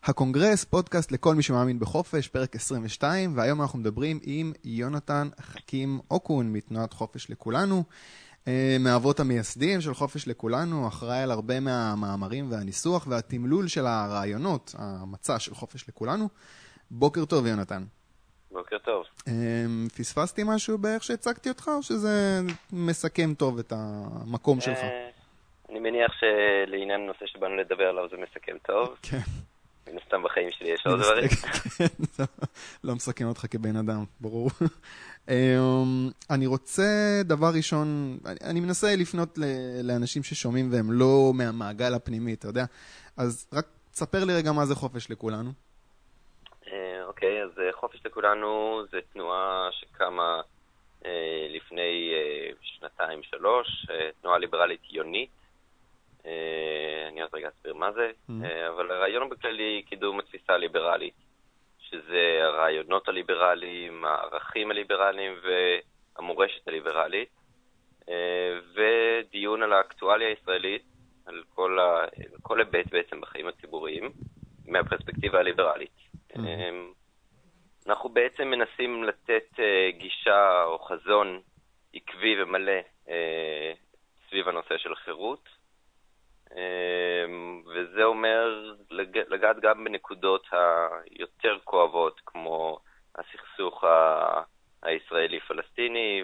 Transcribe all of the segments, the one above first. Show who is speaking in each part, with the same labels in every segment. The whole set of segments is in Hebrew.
Speaker 1: הקונגרס, פודקאסט לכל מי שמאמין בחופש, פרק 22, והיום אנחנו מדברים עם יונתן חכים אוקון מתנועת חופש לכולנו, מאבות המייסדים של חופש לכולנו, אחראי על הרבה מהמאמרים והניסוח והתמלול של הרעיונות, המצע של חופש לכולנו. בוקר טוב יונתן.
Speaker 2: בוקר טוב.
Speaker 1: פספסתי משהו באיך שהצגתי אותך, או שזה מסכם טוב את המקום שלך?
Speaker 2: אני מניח שלעניין הנושא שבאנו לדבר עליו זה מסכם טוב.
Speaker 1: כן.
Speaker 2: מן הסתם בחיים שלי יש עוד דברים.
Speaker 1: כן, לא מסכם אותך כבן אדם, ברור. אני רוצה דבר ראשון, אני מנסה לפנות לאנשים ששומעים והם לא מהמעגל הפנימי, אתה יודע. אז רק תספר לי רגע מה זה חופש לכולנו.
Speaker 2: אוקיי, אז חופש לכולנו זה תנועה שקמה לפני 2-3, תנועה ליברלית יונית. אני עוד רגע אסביר מה זה, אבל הרעיון בכללי קידום התפיסה הליברלית, שזה הרעיונות הליברליים, הערכים הליברליים והמורשת הליברלית, ודיון על האקטואליה הישראלית, על כל היבט בעצם בחיים הציבוריים, מהפרספקטיבה הליברלית. אנחנו בעצם מנסים לתת גישה או חזון עקבי ומלא סביב הנושא של חירות, וזה אומר לגעת גם בנקודות היותר כואבות כמו הסכסוך הישראלי-פלסטיני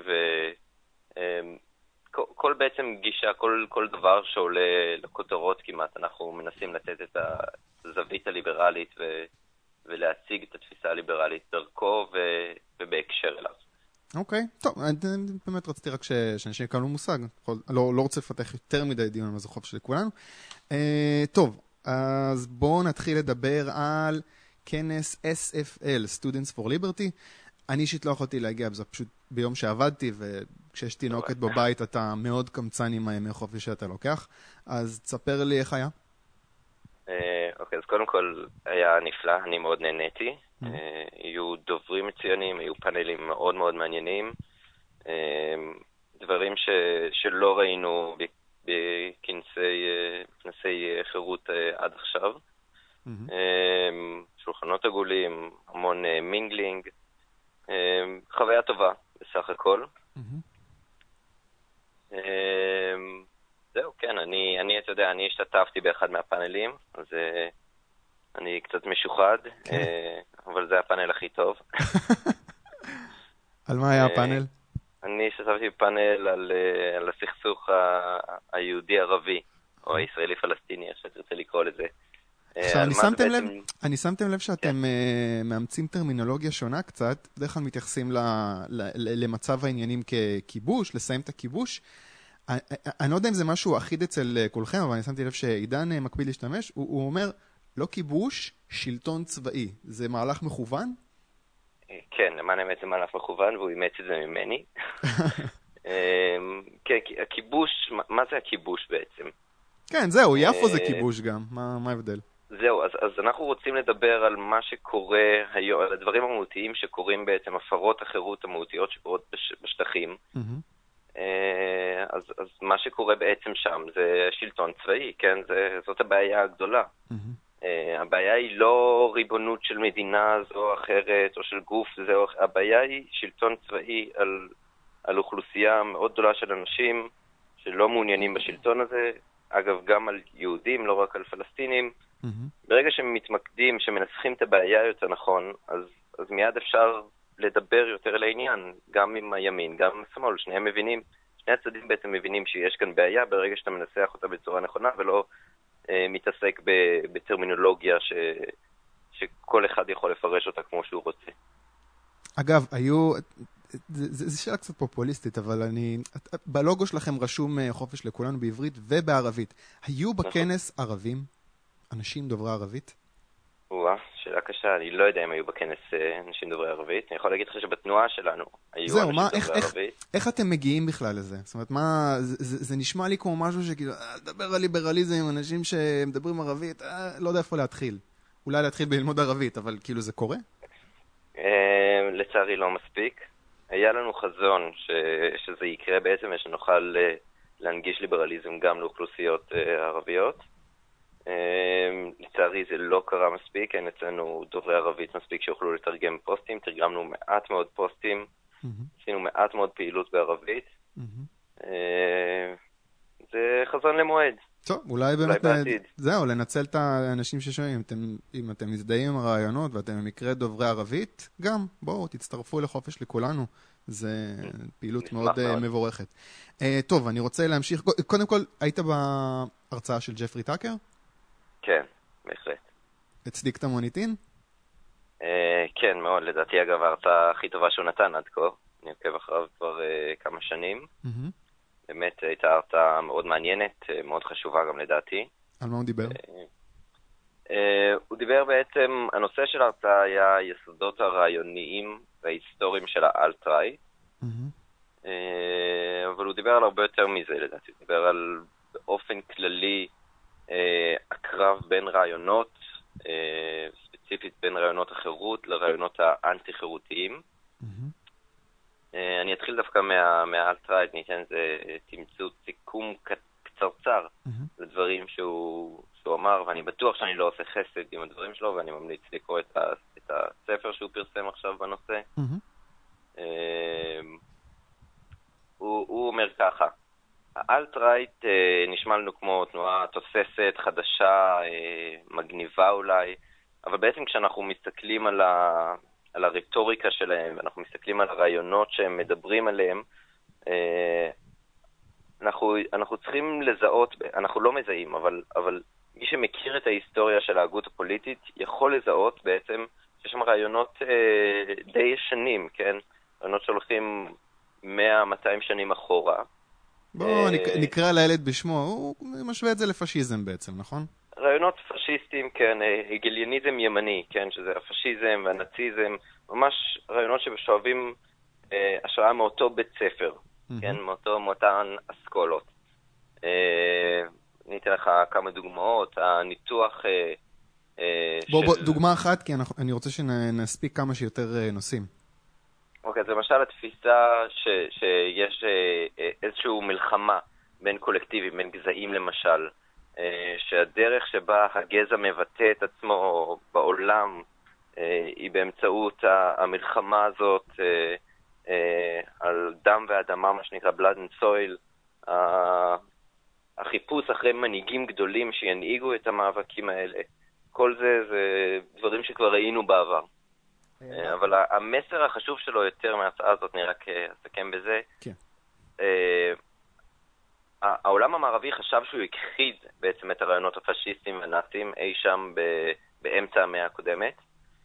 Speaker 2: וכל בעצם גישה, כל דבר שעולה לכותרות כמעט, אנחנו מנסים לתת את הזווית הליברלית ולהציג את התפיסה הליברלית דרכו ובהקשר אליו.
Speaker 1: אוקיי, טוב, באמת רציתי רק שאנשים יקבלו מושג, לא רוצה לפתח יותר מדי דיון על מה זה חופש לכולנו. טוב, אז בואו נתחיל לדבר על כנס SFL, Students for Liberty. אני אישית לא יכולתי להגיע, זה פשוט ביום שעבדתי, וכשיש תינוקת בבית אתה מאוד קמצן עם הימי חופש שאתה לוקח, אז תספר לי איך היה.
Speaker 2: אוקיי, אז קודם כל היה נפלא, אני מאוד נהניתי. היו דוברים מצוינים, היו פאנלים מאוד מאוד מעניינים, דברים שלא ראינו בכנסי חירות עד עכשיו. שולחנות עגולים, המון מינגלינג, חוויה טובה בסך הכל. זהו, כן, אתה יודע, אני השתתפתי באחד מהפאנלים, אז אני קצת משוחד, אבל זה הפאנל הכי טוב.
Speaker 1: על מה היה הפאנל?
Speaker 2: אני השתתפתי בפאנל על הסכסוך היהודי-ערבי, או הישראלי-פלסטיני, איך שתרצה לקרוא לזה.
Speaker 1: אני שמתם לב שאתם מאמצים טרמינולוגיה שונה קצת, בדרך כלל מתייחסים למצב העניינים ככיבוש, לסיים את הכיבוש. אני לא יודע אם זה משהו אחיד אצל כולכם, אבל אני שמתי לב שעידן מקביל להשתמש, הוא אומר, לא כיבוש, שלטון צבאי. זה מהלך מכוון?
Speaker 2: כן, למען האמת זה מהלך מכוון, והוא אימץ את זה ממני. כן, הכיבוש, מה זה הכיבוש בעצם?
Speaker 1: כן, זהו, יפו זה כיבוש גם. מה ההבדל?
Speaker 2: זהו, אז אנחנו רוצים לדבר על מה שקורה היום, על הדברים המהותיים שקורים בעצם, הפרות החירות המהותיות שקורות בשטחים. אז מה שקורה בעצם שם זה שלטון צבאי, כן? זאת הבעיה הגדולה. הבעיה היא לא ריבונות של מדינה זו או אחרת, או של גוף זה או אחרת. הבעיה היא שלטון צבאי על אוכלוסייה מאוד גדולה של אנשים שלא מעוניינים בשלטון הזה, אגב גם על יהודים, לא רק על פלסטינים. ברגע שהם מתמקדים, שמנסחים את הבעיה יותר נכון, אז מיד אפשר לדבר יותר על העניין, גם עם הימין, גם עם השמאל, שני הצדדים בעצם מבינים שיש כאן בעיה ברגע שאתה מנסח אותה בצורה נכונה, ולא מתעסק בטרמינולוגיה שכל אחד יכול לפרש אותה כמו שהוא רוצה.
Speaker 1: אגב, זה שאלה קצת פופוליסטית, אבל בלוגו שלכם רשום חופש לכולנו בעברית ובערבית. היו בכנס ערבים? אנשים דוברי ערבית?
Speaker 2: שאלה קשה, אני לא יודע אם היו בכנס אנשים דוברי ערבית. אני יכול להגיד לך שבתנועה שלנו היו אנשים דוברי ערבית.
Speaker 1: איך אתם מגיעים בכלל לזה? זאת אומרת, זה נשמע לי כמו משהו שכאילו, לדבר על ליברליזם עם אנשים שמדברים ערבית, לא יודע איפה להתחיל. אולי להתחיל בללמוד ערבית, אבל כאילו זה קורה?
Speaker 2: לצערי לא מספיק. היה לנו חזון שזה יקרה בעצם, שנוכל להנגיש ליברליזם גם לאוכלוסיות ערביות. לצערי זה לא קרה מספיק, אין אצלנו דוברי ערבית מספיק שיוכלו לתרגם פוסטים, תרגמנו מעט מאוד פוסטים, עשינו מעט מאוד פעילות בערבית. זה חזון למועד.
Speaker 1: טוב, אולי באמת, זהו, לנצל את האנשים ששומעים, אם אתם מזדהים עם הרעיונות ואתם במקרה דוברי ערבית, גם, בואו, תצטרפו לחופש לכולנו, זה פעילות מאוד מבורכת. טוב, אני רוצה להמשיך, קודם כל, היית בהרצאה של ג'פרי טאקר?
Speaker 2: כן, בהחלט.
Speaker 1: הצדיק את המוניטין?
Speaker 2: כן, מאוד, לדעתי אגב ההרצאה הכי טובה שהוא נתן עד כה, אני עוקב אחריו כבר כמה שנים. באמת הייתה הרצאה מאוד מעניינת, מאוד חשובה גם לדעתי.
Speaker 1: על מה הוא דיבר?
Speaker 2: הוא דיבר בעצם, הנושא של ההרצאה היה יסודות הרעיוניים וההיסטוריים של האלט-רייט, אבל הוא דיבר על הרבה יותר מזה לדעתי, הוא דיבר על באופן כללי הקרב בין רעיונות, ספציפית בין רעיונות החירות לרעיונות האנטי-חירותיים. אני אתחיל דווקא מהאלט-רייט, ניתן איזה תמצות סיכום קצרצר לדברים שהוא אמר, ואני בטוח שאני לא עושה חסד עם הדברים שלו, ואני ממליץ לקרוא את הספר שהוא פרסם עכשיו בנושא. הוא אומר ככה, האלט-רייט נשמע לנו כמו תנועה תוססת, חדשה, מגניבה אולי, אבל בעצם כשאנחנו מסתכלים על הרטוריקה שלהם, ואנחנו מסתכלים על הרעיונות שהם מדברים עליהם, אנחנו צריכים לזהות, אנחנו לא מזהים, אבל מי שמכיר את ההיסטוריה של ההגות הפוליטית יכול לזהות בעצם שיש שם רעיונות די ישנים, כן? רעיונות שהולכים 100-200 שנים אחורה.
Speaker 1: בואו נקרא לילד בשמו, הוא משווה את זה לפשיזם בעצם, נכון?
Speaker 2: רעיונות פשיסטיים, כן, הגליוניזם ימני, כן, שזה הפשיזם והנאציזם, ממש רעיונות ששואבים השראה מאותו בית ספר, כן, מאותן אסכולות. אני אתן לך כמה דוגמאות, הניתוח...
Speaker 1: בוא, דוגמה אחת, כי אני רוצה שנספיק כמה שיותר נושאים.
Speaker 2: אוקיי, אז למשל התפיסה שיש איזושהי מלחמה בין קולקטיבים, בין גזעים למשל, שהדרך שבה הגזע מבטא את עצמו בעולם היא באמצעות המלחמה הזאת על דם ואדמה, מה שנקרא blood and soil, החיפוש אחרי מנהיגים גדולים שינהיגו את המאבקים האלה. כל זה דברים שכבר ראינו בעבר. אבל המסר החשוב שלו יותר מההצעה הזאת, אני רק אסכם בזה. העולם המערבי חשב שהוא הכחיד בעצם את הרעיונות הפשיסטיים והנאצים אי שם באמצע המאה הקודמת,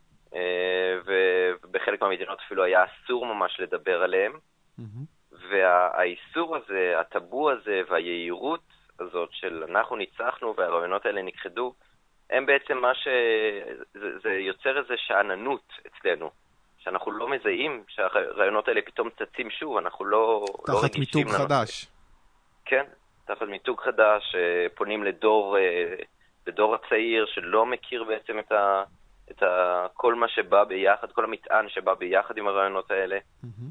Speaker 2: ובחלק מהמדינות אפילו היה אסור ממש לדבר עליהם, והאיסור הזה, הטאבו הזה והיהירות הזאת של אנחנו ניצחנו והרעיונות האלה נכחדו, הם בעצם מה זה יוצר איזו שעננות אצלנו, שאנחנו לא מזהים שהרעיונות האלה פתאום צצים שוב, אנחנו לא רגישים.
Speaker 1: תחת מיתוג חדש.
Speaker 2: כן, תחת מיתוג חדש, פונים לדור הצעיר שלא מכיר בעצם את כל מה שבא ביחד, כל המטען שבא ביחד עם הרעיונות האלה.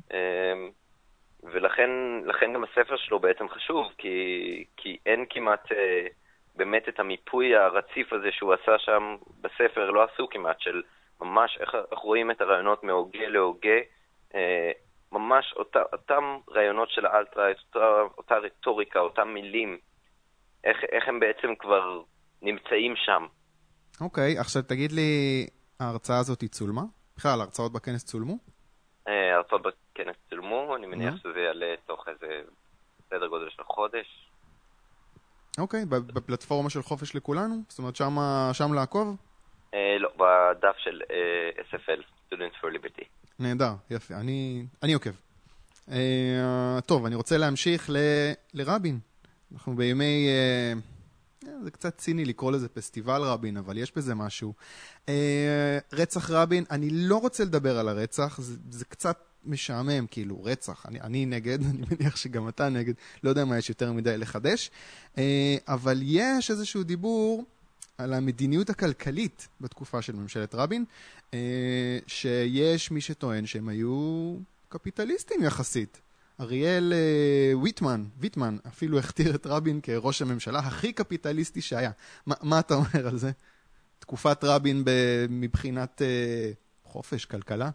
Speaker 2: ולכן גם הספר שלו בעצם חשוב, כי אין כמעט באמת את המיפוי הרציף הזה שהוא עשה שם בספר, לא עשו כמעט, של ממש איך רואים את הרעיונות מהוגה להוגה, ממש אותם רעיונות של האלט-רייט, אותה רטוריקה, אותם מילים, איך הם בעצם כבר נמצאים שם.
Speaker 1: אוקיי, עכשיו תגיד לי, ההרצאה הזאת היא צולמה? בכלל, ההרצאות בכנס צולמו?
Speaker 2: ההרצאות בכנס צולמו, אני מניח שזה יעלה תוך איזה סדר גודל של חודש.
Speaker 1: אוקיי, בפלטפורמה של חופש לכולנו? זאת אומרת, שם לעקוב?
Speaker 2: לא, בדף של SFL, Students for Liberty.
Speaker 1: נהדר, יפה, אני עוקב. טוב, אני רוצה להמשיך לרבין. אנחנו בימי, זה קצת ציני לקרוא לזה פסטיבל רבין, אבל יש בזה משהו. רצח רבין, אני לא רוצה לדבר על הרצח, זה קצת משעמם, כאילו, רצח. אני נגד, אני מניח שגם אתה נגד, לא יודע מה יש יותר מדי לחדש, אבל יש איזשהו דיבור על המדיניות הכלכלית בתקופה של ממשלת רבין, שיש מי שטוען שהם היו קפיטליסטים יחסית. אריאל ויטמן אפילו הכתיר את רבין כראש הממשלה הכי קפיטליסטי שהיה. מה אתה אומר על זה? תקופת רבין מבחינת חופש, כלכלה?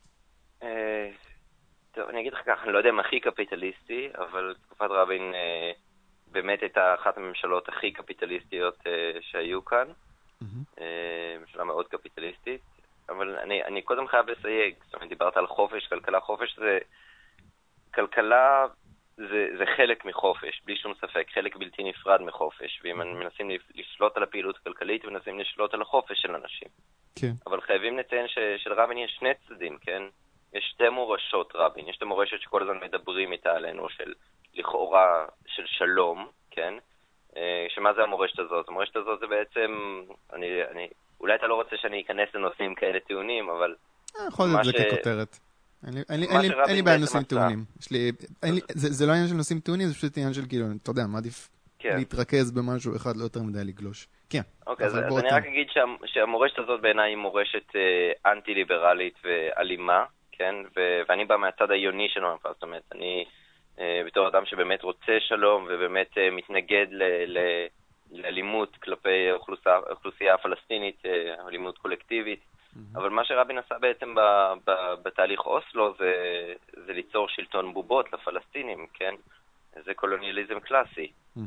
Speaker 2: טוב, אני אגיד לך ככה, אני לא יודע אם הכי קפיטליסטי, אבל תקופת רבין באמת הייתה אחת הממשלות הכי קפיטליסטיות שהיו כאן. ממשלה מאוד קפיטליסטית. אבל אני קודם חייב לסייג. זאת אומרת, דיברת על חופש, כלכלה. חופש זה... כלכלה זה חלק מחופש, בלי שום ספק, חלק בלתי נפרד מחופש. ואם מנסים לשלוט על הפעילות הכלכלית, מנסים לשלוט על החופש של אנשים.
Speaker 1: כן. אבל
Speaker 2: חייבים לציין של רבין יש שני צדדים, כן? יש שתי מורשות רבין. יש את המורשת שכל הזמן מדברים איתה עלינו, של לכאורה של שלום, כן? שמה זה המורשת הזאת? המורשת הזאת זה בעצם, אולי אתה לא רוצה שאני אכנס לנושאים כאלה טיעונים, אבל...
Speaker 1: יכול להיות זה ככותרת. אין לי בעיה נושאים טיעונים. זה לא עניין של נושאים טיעונים, זה פשוט עניין של כאילו, אתה יודע, מעדיף להתרכז במשהו אחד, לא יותר מדי לגלוש. כן.
Speaker 2: אוקיי, אז אני רק אגיד שהמורשת הזאת בעיניי היא מורשת אנטי-ליברלית ואלימה, כן? ואני בא מהצד העיוני של המפה, זאת אומרת, אני בתור אדם שבאמת רוצה שלום ובאמת מתנגד לאלימות כלפי אוכלוסייה הפלסטינית, אלימות קולקטיבית. אבל מה שרבין עשה בעצם בתהליך אוסלו זה ליצור שלטון בובות לפלסטינים, כן? זה קולוניאליזם קלאסי.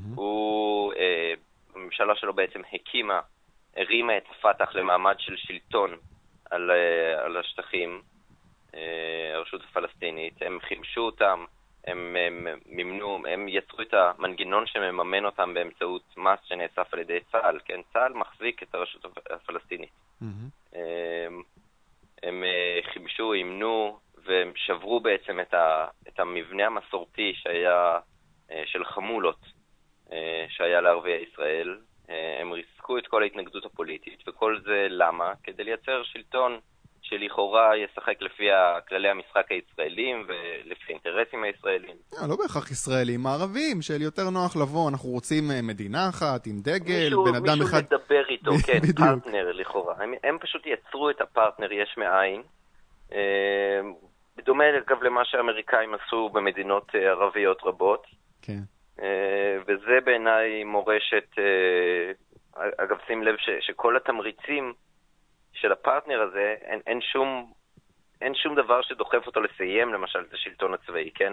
Speaker 2: הממשלה שלו בעצם הרימה את הפתח למעמד של שלטון על השטחים, הרשות הפלסטינית. הם חימשו אותם, הם יצרו את המנגנון שמממן אותם באמצעות מס שנאסף על ידי צה"ל, כן? צה"ל מחזיק את הרשות הפלסטינית. הם חימשו, אימנו, והם שברו בעצם את המבנה המסורתי שהיה של חמולות שהיה לערביי ישראל. הם ריסקו את כל ההתנגדות הפוליטית, וכל זה למה? כדי לייצר שלטון שלכאורה ישחק לפי כללי המשחק הישראלים ולפי האינטרסים הישראלים.
Speaker 1: לא בהכרח ישראלים, ערבים, של יותר נוח לבוא, אנחנו רוצים מדינה אחת עם דגל, בן אדם אחד...
Speaker 2: מישהו מדבר איתו, כן, פרטנר לכאורה. הם פשוט יצרו את הפרטנר יש מאין, בדומה אגב למה שהאמריקאים עשו במדינות ערביות רבות.
Speaker 1: כן.
Speaker 2: וזה בעיניי מורשת, אגב שים לב שכל התמריצים של הפרטנר הזה, אין שום דבר שדוחף אותו לסיים, למשל, את השלטון הצבאי, כן?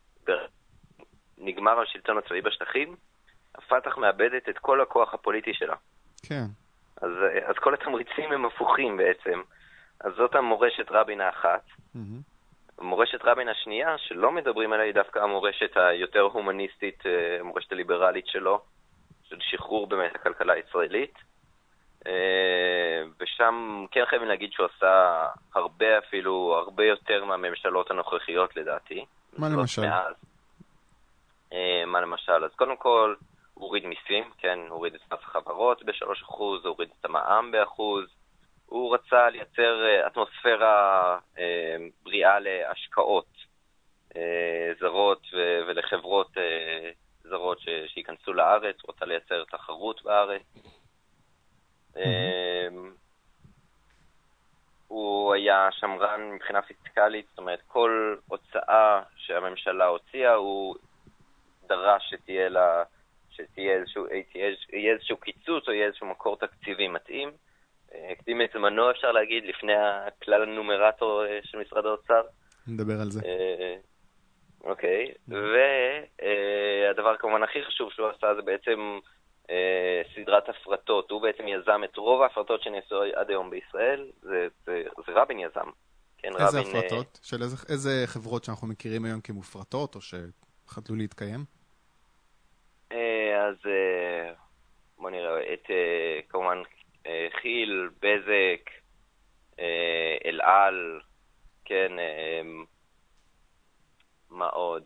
Speaker 2: נגמר השלטון הצבאי בשטחים, הפתח מאבדת את כל הכוח הפוליטי שלה.
Speaker 1: כן.
Speaker 2: אז כל התמריצים הם הפוכים בעצם. אז זאת המורשת רבין האחת. המורשת רבין השנייה, שלא מדברים עליה, היא דווקא המורשת היותר הומניסטית, המורשת הליברלית שלו, של שחרור באמת הכלכלה הישראלית. ושם כן חייבים להגיד שהוא עשה הרבה יותר מהממשלות הנוכחיות לדעתי.
Speaker 1: מה למשל?
Speaker 2: מה למשל? אז קודם כל, הוא הוריד מיסים, כן, הוא הוריד את מס החברות ב3%, הוא הוריד את המע"מ ב1%, הוא רצה לייצר אטמוספירה בריאה להשקעות זרות ולחברות זרות שיכנסו לארץ, הוא רצה לייצר תחרות בארץ. הוא היה שמרן מבחינה פיסקלית, זאת אומרת כל הוצאה שהממשלה הוציאה הוא דרש שיהיה איזשהו קיצוץ או יהיה איזשהו מקור תקציבי מתאים. הקדים את זמנו אפשר להגיד לפני הכלל הנומרטור של משרד האוצר.
Speaker 1: נדבר על זה.
Speaker 2: אוקיי, והדבר כמובן הכי חשוב שהוא עשה זה בעצם סדרת הפרטות. הוא בעצם יזם את רוב ההפרטות שנעשו עד היום בישראל, זה רבין יזם. כן,
Speaker 1: איזה הפרטות? של איזה חברות שאנחנו מכירים היום כמופרטות או שחדלו להתקיים?
Speaker 2: אז בוא נראה, כמובן חיל, בזק, אל על, כן, מה עוד?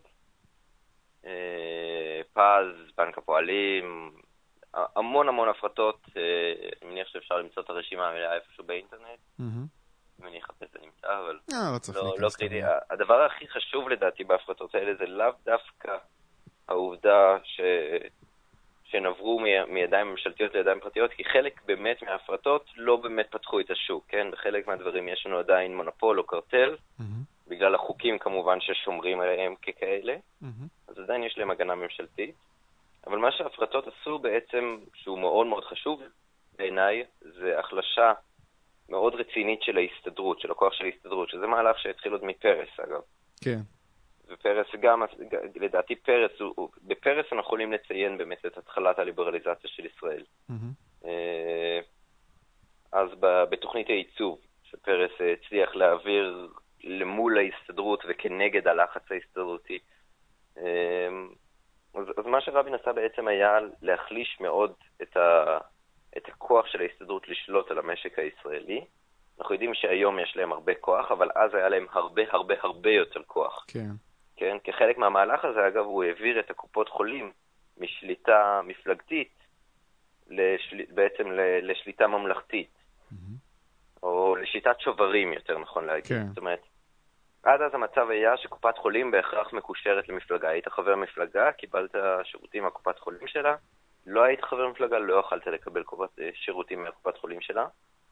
Speaker 2: פז, בנק הפועלים, המון הפרטות. אני מניח שאפשר למצוא את הרשימה המלאה איפשהו באינטרנט. אם אני אחפש זה נמצא, אבל לא קריטי. הדבר הכי חשוב לדעתי בהפרטות האלה זה לאו דווקא העובדה שנעברו מידיים ממשלתיות לידיים פרטיות, כי חלק באמת מההפרטות לא באמת פתחו את השוק, כן? בחלק מהדברים יש לנו עדיין מונופול או קרטל, בגלל החוקים כמובן ששומרים עליהם ככאלה, אז עדיין יש להם הגנה ממשלתית. אבל מה שההפרטות עשו בעצם, שהוא מאוד מאוד חשוב בעיניי, זה החלשה מאוד רצינית של ההסתדרות, של הכוח של ההסתדרות, שזה מהלך שהתחיל עוד מפרס, אגב.
Speaker 1: כן.
Speaker 2: ופרס גם, לדעתי פרס, בפרס אנחנו יכולים לציין באמת את התחלת הליברליזציה של ישראל. אז בתוכנית העיצוב, שפרס הצליח להעביר למול ההסתדרות וכנגד הלחץ ההסתדרותי. אז מה שרבין עשה בעצם היה להחליש מאוד את הכוח של ההסתדרות לשלוט על המשק הישראלי. אנחנו יודעים שהיום יש להם הרבה כוח, אבל אז היה להם הרבה הרבה הרבה יותר כוח.
Speaker 1: כן.
Speaker 2: כן? כחלק מהמהלך הזה, אגב, הוא העביר את הקופות חולים משליטה מפלגתית בעצם לשליטה ממלכתית. או לשיטת שוברים, יותר נכון להגיד.
Speaker 1: כן.
Speaker 2: זאת אומרת, עד אז המצב היה שקופת חולים בהכרח מקושרת למפלגה. היית חבר מפלגה, קיבלת שירותים מהקופת חולים שלה, לא היית חבר מפלגה, לא יכולת לקבל שירותים מהקופת חולים שלה.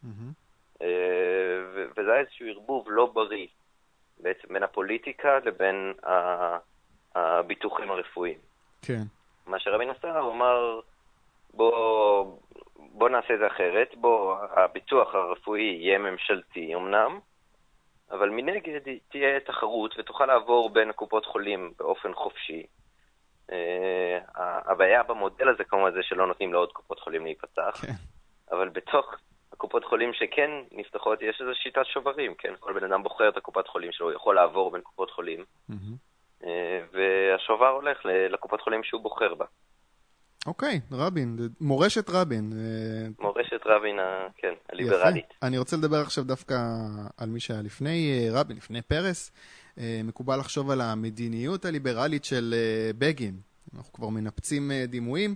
Speaker 2: וזה היה איזשהו ערבוב לא בריא, בעצם בין הפוליטיקה לבין הביטוחים הרפואיים.
Speaker 1: כן.
Speaker 2: מה שרבין עשה, הוא אמר, בוא נעשה את זה אחרת, הביטוח הרפואי יהיה ממשלתי אמנם, אבל מנגד תהיה תחרות ותוכל לעבור בין קופות חולים באופן חופשי. הבעיה במודל הזה כמובן זה שלא נותנים לעוד קופות חולים להיפתח,
Speaker 1: כן.
Speaker 2: אבל בתוך הקופות חולים שכן נפתחות יש איזו שיטת שוברים, כן? כל בן אדם בוחר את הקופת חולים שלו, הוא יכול לעבור בין קופות חולים, והשובר הולך לקופות חולים שהוא בוחר בה.
Speaker 1: אוקיי, רבין, מורשת רבין.
Speaker 2: מורשת רבין, כן, הליברלית.
Speaker 1: יפה. אני רוצה לדבר עכשיו דווקא על מי שהיה לפני רבין, לפני פרס. מקובל לחשוב על המדיניות הליברלית של בגין. אנחנו כבר מנפצים דימויים.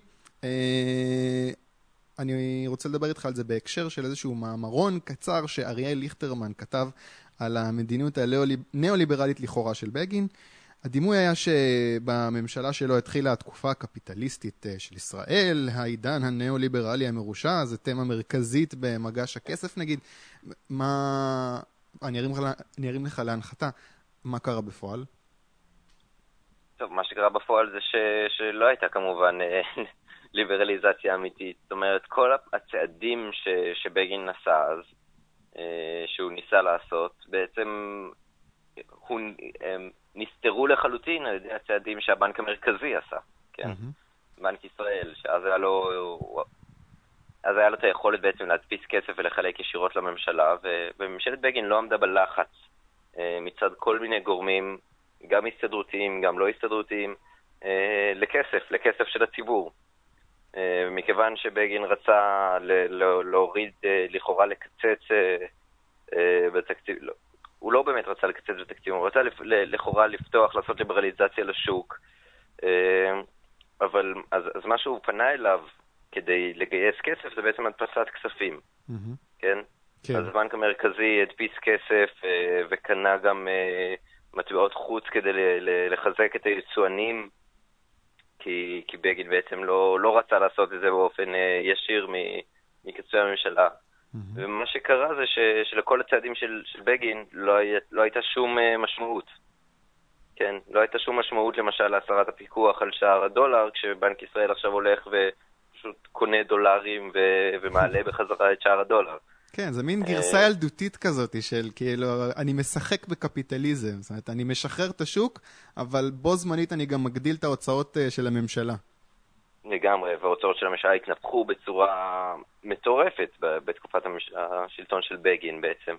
Speaker 1: אני רוצה לדבר איתך על זה בהקשר של איזשהו מאמרון קצר שאריאל ליכטרמן כתב על המדיניות הנאו-ליברלית לכאורה של בגין. הדימוי היה שבממשלה שלו התחילה התקופה הקפיטליסטית של ישראל, העידן הנאו-ליברלי המרושע, זה תמה מרכזית במגש הכסף נגיד. אני ארים לך להנחתה, מה קרה בפועל?
Speaker 2: טוב, מה שקרה בפועל זה שלא הייתה כמובן ליברליזציה אמיתית. זאת אומרת, כל הצעדים שבגין נסע אז, שהוא ניסה לעשות, בעצם נסתרו לחלוטין על ידי הצעדים שהבנק המרכזי עשה, כן? בנק ישראל, שאז היה לו את היכולת בעצם להדפיס כסף ולחלק ישירות לממשלה, וממשלת בגין לא עמדה בלחץ מצד כל מיני גורמים, גם הסתדרותיים, גם לא הסתדרותיים, לכסף של הציבור. מכיוון שבגין רצה להוריד, לכאורה לקצץ בתקציב, הוא לא באמת רצה לקצץ בתקציב, הוא רצה לכאורה לפתוח, לעשות ליברליזציה לשוק. אבל אז מה שהוא פנה אליו כדי לגייס כסף זה בעצם הדפסת כספים. כן? אז הבנק המרכזי הדפיס כסף וקנה גם מטבעות חוץ כדי לחזק את היצואנים, כי בגין בעצם לא רצה לעשות את זה באופן ישיר מקצועי הממשלה. ומה שקרה זה שלכל הצעדים של בגין לא הייתה שום משמעות. כן, לא הייתה שום משמעות למשל להסרת הפיקוח על שער הדולר, כשבנק ישראל עכשיו הולך ופשוט קונה דולרים ומעלה בחזרה את שער הדולר.
Speaker 1: כן, זה מין גרסה ילדותית כזאת של כאילו, אני משחק בקפיטליזם, זאת אומרת, אני משחרר את השוק, אבל בו זמנית אני גם מגדיל את ההוצאות של הממשלה.
Speaker 2: לגמרי, וההוצאות של הממשלה התנפחו בצורה מטורפת בתקופת השלטון של בגין בעצם.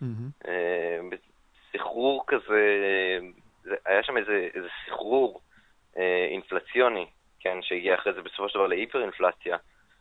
Speaker 2: סחרור כזה, היה שם איזה סחרור אינפלציוני, כן, שהגיע אחרי זה בסופו של דבר להיפר-אינפלציה,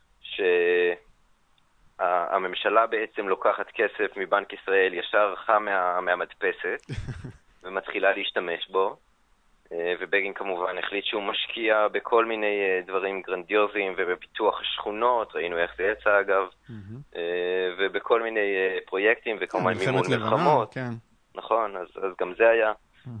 Speaker 2: שהממשלה בעצם לוקחת כסף מבנק ישראל ישר חם מהמדפסת, ומתחילה להשתמש בו. ובגין כמובן החליט שהוא משקיע בכל מיני דברים גרנדיוזיים ובפיתוח השכונות, ראינו איך זה יצא אגב, ובכל מיני פרויקטים וכמובן מימון מלחמות. נכון, אז גם זה היה.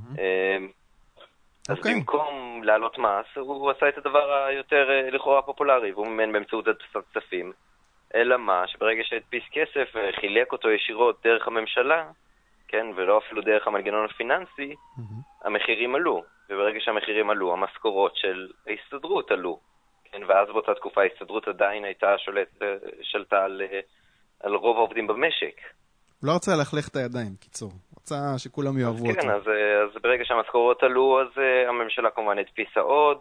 Speaker 2: אז במקום לעלות מס, הוא עשה את הדבר היותר לכאורה פופולרי, והוא מימן באמצעות הדפסת כספים. אלא מה, שברגע שהדפיס כסף חילק אותו ישירות דרך הממשלה, כן, ולא אפילו דרך המנגנון הפיננסי, המחירים עלו. וברגע שהמחירים עלו, המשכורות של ההסתדרות עלו. כן, ואז באותה תקופה ההסתדרות עדיין הייתה שלטה על רוב העובדים במשק.
Speaker 1: הוא לא רצה להחלך את הידיים, קיצור. רצה שכולם יאהבו אותו.
Speaker 2: כן, אז ברגע שהמשכורות עלו, אז הממשלה כמובן הדפיסה עוד,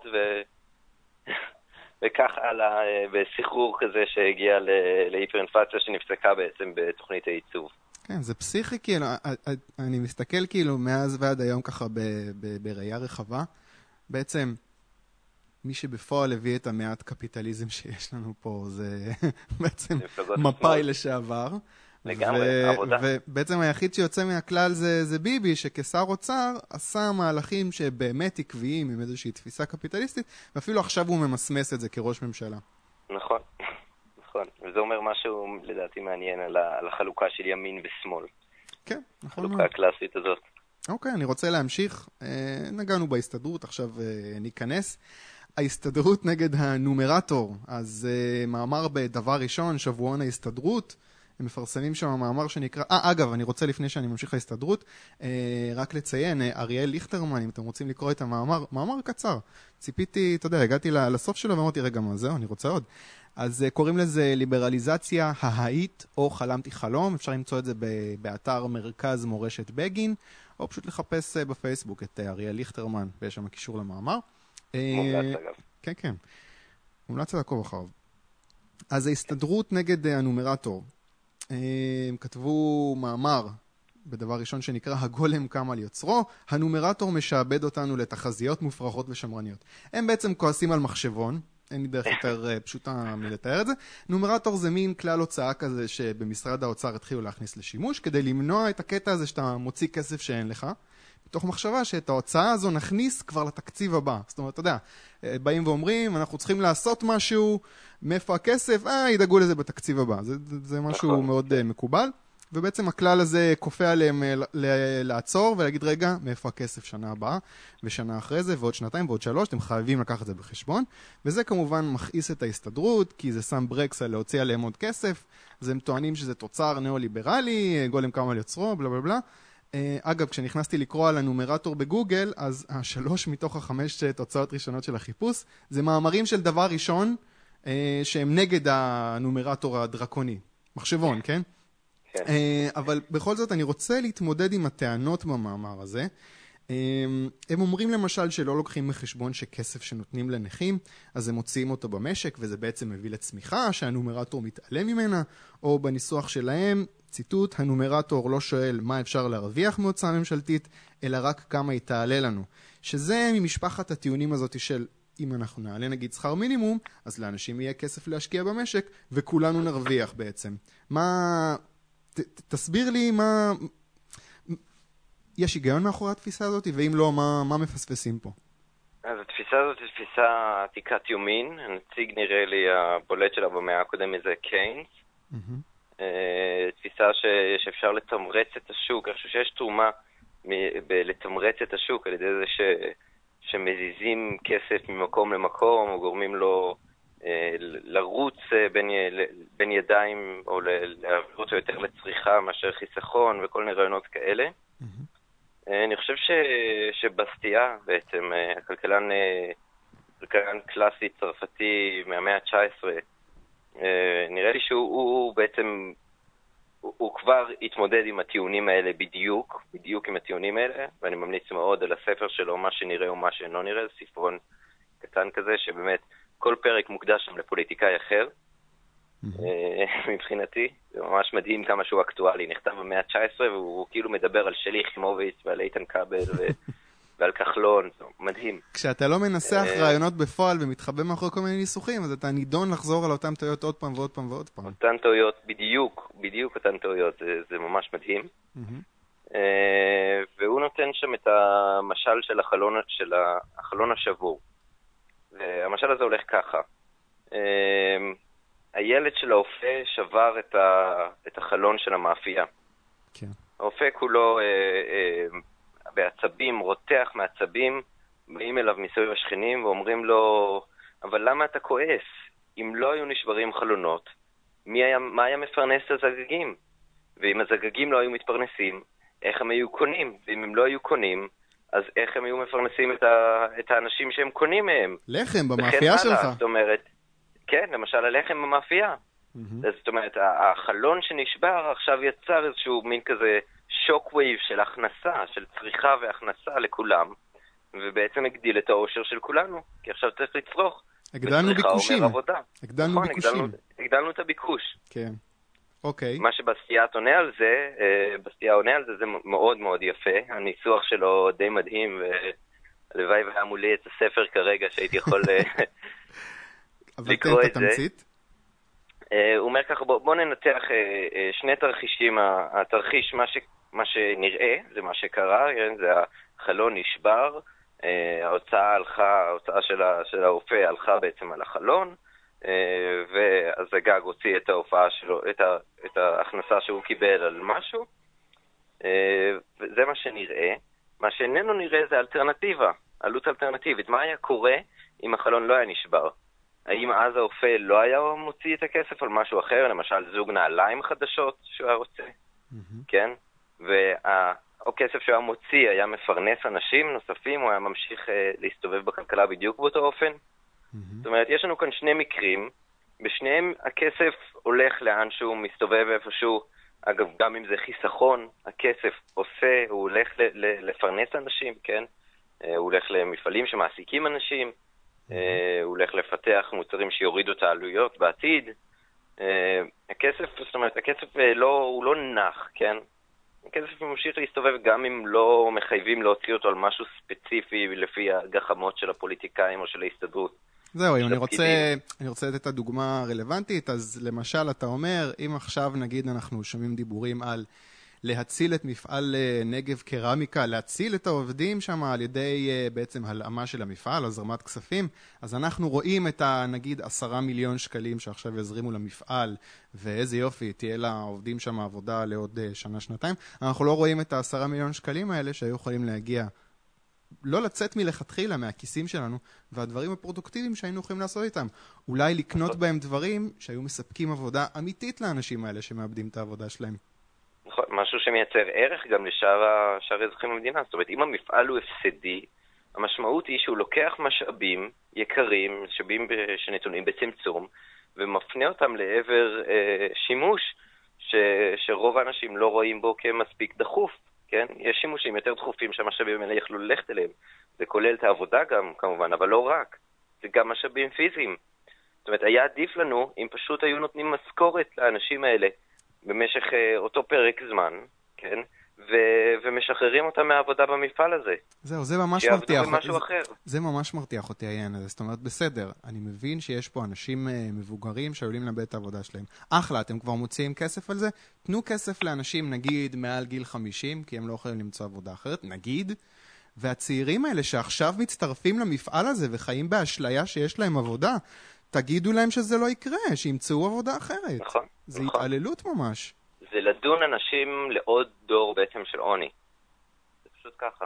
Speaker 2: וכך הלאה בסחרור כזה שהגיע להיפראינפלציה שנפסקה בעצם בתוכנית העיצוב.
Speaker 1: כן, זה פסיכי, כאילו, אני מסתכל כאילו מאז ועד היום ככה בראייה רחבה, בעצם מי שבפועל הביא את המעט קפיטליזם שיש לנו פה, זה בעצם מפאי לשעבר.
Speaker 2: לגמרי, עבודה.
Speaker 1: ובעצם היחיד שיוצא מהכלל זה ביבי, שכשר אוצר עשה מהלכים שבאמת עקביים עם איזושהי תפיסה קפיטליסטית, ואפילו עכשיו הוא ממסמס את זה כראש ממשלה.
Speaker 2: נכון, נכון. וזה אומר משהו לדעתי מעניין על החלוקה של ימין ושמאל.
Speaker 1: כן, נכון.
Speaker 2: החלוקה הקלאסית הזאת.
Speaker 1: אוקיי, אני רוצה להמשיך. נגענו בהסתדרות, עכשיו ניכנס. ההסתדרות נגד הנומרטור. אז מאמר בדבר ראשון, שבועון ההסתדרות. הם מפרסמים שם מאמר שנקרא... אגב, אני רוצה לפני שאני ממשיך להסתדרות, רק לציין, אריאל ליכטרמן, אם אתם רוצים לקרוא את המאמר, מאמר קצר. ציפיתי, אתה יודע, הגעתי לסוף שלו ואמרתי, רגע, מה זהו, אני רוצה עוד. אז קוראים לזה ליברליזציה ההאית, או חלמתי חלום. אפשר למצוא את זה באתר מרכז מורשת בגין, או פשוט לחפש בפייסבוק את אריאל ליכטרמן, ויש שם קישור למאמר.
Speaker 2: מומלץ אגב.
Speaker 1: כן, כן. מומלץ לעקוב אחריו. אז ההסתדרות נגד הנומרטור. הם כתבו מאמר בדבר ראשון שנקרא הגולם קם על יוצרו, הנומרטור משעבד אותנו לתחזיות מופרכות ושמרניות. הם בעצם כועסים על מחשבון, אין לי דרך יותר פשוטה מלתאר את זה. נומרטור זה מין כלל הוצאה כזה שבמשרד האוצר התחילו להכניס לשימוש, כדי למנוע את הקטע הזה שאתה מוציא כסף שאין לך, בתוך מחשבה שאת ההוצאה הזו נכניס כבר לתקציב הבא. זאת אומרת, אתה יודע, באים ואומרים, אנחנו צריכים לעשות משהו, מאיפה הכסף? ידאגו לזה בתקציב הבא. זה משהו מאוד מקובל. ובעצם הכלל הזה כופה עליהם לעצור ולהגיד, רגע, מאיפה הכסף שנה הבאה, ושנה אחרי זה, ועוד שנתיים, ועוד 3, אתם חייבים לקחת את זה בחשבון. וזה כמובן מכעיס את ההסתדרות, כי זה שם ברקס על להוציא עליהם עוד כסף. אז הם טוענים שזה תוצר ניאו-ליברלי, גולם קם על יוצרו, בלה בלה בלה. אגב, כשנכנסתי לקרוא על הנומרטור בגוגל, אז 3 מתוך 5 תוצאות ראשונות של החיפוש, זה מאמרים של דבר ראשון, שהם נגד הנומרטור הדרקוני. מחשבון, כן? כן. אבל בכל זאת אני רוצה להתמודד עם הטענות במאמר הזה. הם אומרים למשל שלא לוקחים בחשבון שכסף שנותנים לנכים, אז הם מוציאים אותו במשק, וזה בעצם מביא לצמיחה, שהנומרטור מתעלם ממנה, או בניסוח שלהם, ציטוט, הנומרטור לא שואל מה אפשר להרוויח מהוצאה ממשלתית, אלא רק כמה היא תעלה לנו. שזה ממשפחת הטיעונים הזאת של, אם אנחנו נעלה נגיד שכר מינימום, אז לאנשים יהיה כסף להשקיע במשק, וכולנו נרוויח בעצם. תסביר לי מה... יש היגיון מאחורי התפיסה הזאת, ואם לא, מה מפספסים פה?
Speaker 2: אז התפיסה הזאת היא תפיסה עתיקת יומין. הנציג נראה לי הבולט שלה במאה הקודמת זה קיינס. תפיסה שאפשר לתמרץ את השוק. אני חושב שיש תרומה לתמרץ את השוק על ידי זה שמזיזים כסף ממקום למקום, או גורמים לו לרוץ בין ידיים, או להעביר יותר לצריכה מאשר חיסכון, וכל מיני רעיונות כאלה. אני חושב שבסטיה בעצם, הכלכלן קלאסי צרפתי מהמאה ה-19, נראה לי שהוא בעצם, הוא כבר התמודד עם הטיעונים האלה בדיוק עם הטיעונים האלה, ואני ממליץ מאוד על הספר שלו, מה שנראה ומה שאינו נראה, זה ספרון קטן כזה, שבאמת כל פרק מוקדש שם לפוליטיקאי אחר, מבחינתי. זה ממש מדהים כמה שהוא אקטואלי. נכתב במאה ה-19 והוא כאילו מדבר על שלי יחימוביץ ועל איתן כבל ועל כחלון. מדהים.
Speaker 1: כשאתה לא מנסח רעיונות בפועל ומתחבא מאחורי כל מיני ניסוחים, אז אתה נידון לחזור על אותם טעויות עוד פעם ועוד פעם ועוד פעם.
Speaker 2: אותן טעויות, בדיוק אותן טעויות. זה ממש מדהים. והוא נותן שם את המשל של החלון השבור. והמשל הזה הולך ככה. הילד של האופה שבר את החלון של המאפייה. כן. האופה כולו בעצבים, רותח מעצבים, באים אליו מסביב השכנים ואומרים לו, אבל למה אתה כועס? אם לא היו נשברים חלונות, מה היה מפרנס את הזגגים? ואם הזגגים לא היו מתפרנסים, איך הם היו קונים, ואם הם לא היו קונים, אז איך הם היו מפרנסים את האנשים שהם קונים מהם.
Speaker 1: לחם במאפייה שלך.
Speaker 2: זאת אומרת, כן, למשל הלחם במאפייה. זאת אומרת, החלון שנשבר עכשיו יצר איזשהו מין כזה שוק ווייב של הכנסה, של צריכה והכנסה לכולם, ובעצם הגדיל את האושר של כולנו, כי עכשיו צריך לצרוך.
Speaker 1: הגדלנו ביקושים.
Speaker 2: הגדלנו ביקושים. הגדלנו את הביקוש.
Speaker 1: כן. אוקיי.
Speaker 2: מה שבסטייה עונה על זה, זה מאוד מאוד יפה. הניסוח שלו די מדהים, והלוואי והיה מולי את הספר כרגע שהייתי יכול לקרוא את זה.
Speaker 1: התמצית?
Speaker 2: הוא אומר ככה, בוא ננתח שני תרחישים. התרחיש, מה שנראה, זה מה שקרה, זה החלון נשבר, ההוצאה של האופה הלכה בעצם על החלון, והזגג הוציא את ההופעה שלו, את ההכנסה שהוא קיבל על משהו. זה מה שנראה. מה שאיננו נראה זה אלטרנטיבה, עלות אלטרנטיבית. מה היה קורה אם החלון לא היה נשבר? האם אז האופה לא היה מוציא את הכסף על משהו אחר, למשל זוג נעליים חדשות שהוא היה רוצה, כן? והכסף שהוא היה מוציא היה מפרנס אנשים נוספים, הוא היה ממשיך להסתובב בכלכלה בדיוק באותו אופן. זאת אומרת, יש לנו כאן שני מקרים, בשניהם הכסף הולך לאן שהוא מסתובב איפשהו, אגב, גם אם זה חיסכון, הכסף עושה, הוא הולך לפרנס אנשים, כן? הוא הולך למפעלים שמעסיקים אנשים, הוא הולך לפתח מוצרים שיורידו את העלויות בעתיד. הכסף, זאת אומרת, הכסף הוא לא נח, כן? הכסף ממשיך להסתובב גם אם לא מחייבים להוציא אותו על משהו ספציפי לפי הגחמות של הפוליטיקאים או של ההסתדרות.
Speaker 1: זהו, אני רוצה לתת את הדוגמה הרלוונטית. אז למשל, אתה אומר, אם עכשיו נגיד אנחנו שומעים דיבורים על להציל את מפעל נגב קרמיקה, להציל את העובדים שם על ידי בעצם הלאמה של המפעל, הזרמת כספים, אז אנחנו רואים את נגיד 10 מיליון שקלים שעכשיו יזרימו למפעל, ואיזה יופי, תהיה לעובדים שם עבודה לעוד שנה, שנתיים. אנחנו לא רואים את 10 מיליון שקלים האלה שהיו יכולים להגיע, לא לצאת מלכתחילה מהכיסים שלנו, והדברים הפרודוקטיביים שהיינו יכולים לעשות איתם. אולי לקנות בהם דברים שהיו מספקים עבודה אמיתית לאנשים האלה שמאבדים את העבודה שלהם.
Speaker 2: משהו שמייצר ערך גם לשאר אזרחים במדינה. זאת אומרת, אם המפעל הוא הפסדי, המשמעות היא שהוא לוקח משאבים יקרים, משאבים שנתונים בצמצום, ומפנה אותם לעבר שימוש שרוב האנשים לא רואים בו כמספיק דחוף. כן? יש שימושים יותר דחופים שהמשאבים האלה יכלו ללכת אליהם. זה כולל את העבודה גם, כמובן, אבל לא רק. זה גם משאבים פיזיים. זאת אומרת, היה עדיף לנו אם פשוט היו נותנים משכורת לאנשים האלה במשך אותו פרק זמן, כן? ומשחררים אותם מהעבודה במפעל הזה.
Speaker 1: זהו, זה ממש מרתיח. זה ממש מרתיח אותי העניין הזה. זאת אומרת, בסדר, אני מבין שיש פה אנשים מבוגרים שעולים לאבד את העבודה שלהם. אחלה, אתם כבר מוציאים כסף על זה? תנו כסף לאנשים, נגיד, מעל גיל 50, כי הם לא יכולים למצוא עבודה אחרת, נגיד, והצעירים האלה שעכשיו מצטרפים למפעל הזה וחיים באשליה שיש להם עבודה, תגידו להם שזה לא יקרה, שימצאו עבודה אחרת.
Speaker 2: נכון.
Speaker 1: זה התעללות ממש.
Speaker 2: זה לדון אנשים לעוד דור בעצם של עוני. זה פשוט ככה.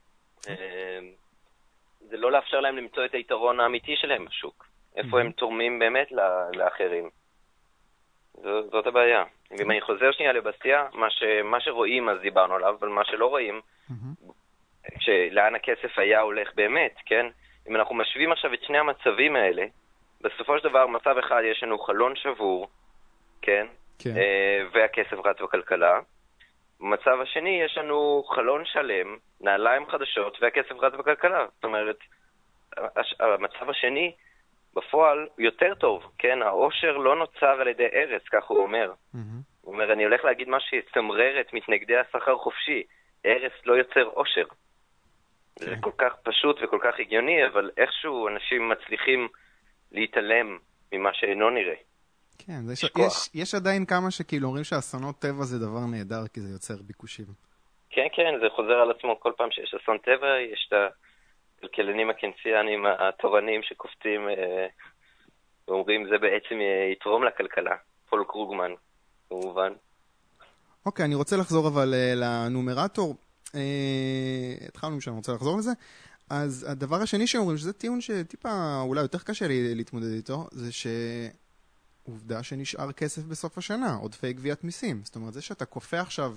Speaker 2: זה לא לאפשר להם למצוא את היתרון האמיתי שלהם בשוק. איפה הם תורמים באמת לאחרים. זאת הבעיה. ואם אני חוזר שנייה לבסטיה, מה שרואים אז דיברנו עליו, אבל מה שלא רואים, לאן הכסף היה הולך באמת, כן? אם אנחנו משווים עכשיו את שני המצבים האלה, בסופו של דבר, מצב אחד יש לנו חלון שבור, כן? כן. והכסף רץ בכלכלה. במצב השני יש לנו חלון שלם, נעליים חדשות, והכסף רץ בכלכלה. זאת אומרת, המצב השני בפועל יותר טוב, כן? העושר לא נוצר על ידי ארץ, כך הוא אומר. הוא אומר, אני הולך להגיד מה שיצמרר את מתנגדי הסחר חופשי. ארץ לא יוצר עושר. זה כל כך פשוט וכל כך הגיוני, אבל איכשהו אנשים מצליחים להתעלם ממה שאינו נראה.
Speaker 1: כן, יש עדיין כמה שכאילו אומרים שאסונות טבע זה דבר נהדר, כי זה יוצר ביקושים.
Speaker 2: כן, כן, זה חוזר על עצמו. כל פעם שיש אסון טבע, יש את הכלכלנים הקנציאנים התורנים שקופצים ואומרים, זה בעצם יתרום לכלכלה. פול קרוגמן, כמובן.
Speaker 1: אוקיי, אני רוצה לחזור אבל לנומרטור. התחלנו שאני רוצה לחזור לזה. אז הדבר השני שאומרים, שזה טיעון שטיפה אולי יותר קשה להתמודד איתו, זה שעובדה שנשאר כסף בסוף השנה, עודפי גביית מיסים. זאת אומרת, זה שאתה קופא עכשיו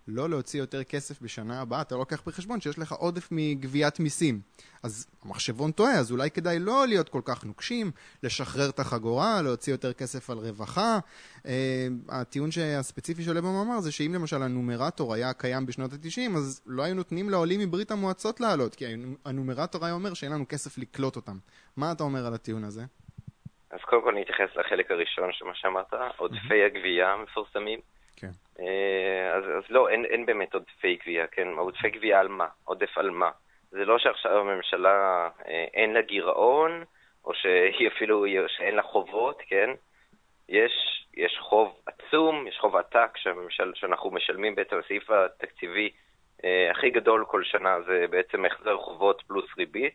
Speaker 1: לא להוציא יותר כסף בשנה הבאה, אתה לוקח בחשבון שיש לך עודף מגביית מיסים. אז המחשבון טועה, אז אולי כדאי לא להיות כל כך נוקשים, לשחרר את החגורה, להוציא יותר כסף על רווחה. הטיעון הספציפי שעולה במאמר זה שאם למשל הנומרטור היה קיים בשנות ה-90, אז לא היו נותנים לעולים מברית המועצות לעלות, כי הנומרטור היה אומר שאין לנו כסף לקלוט אותם. מה אתה אומר על הטיעון הזה?
Speaker 2: אז קודם כל נתייחס לחלק הראשון של מה שאמרת, עודפי הגבייה מפורסמים.
Speaker 1: כן.
Speaker 2: אז לא, אין באמת עודפי גבייה, כן? עודפי גבייה על מה? עודף על מה? זה לא שעכשיו הממשלה אין לה גירעון, או שהיא אפילו, שאין לה חובות, כן? יש חוב עצום, יש חוב עתק שאנחנו משלמים בעצם, הסעיף התקציבי הכי גדול כל שנה זה בעצם החזר חובות פלוס ריבית.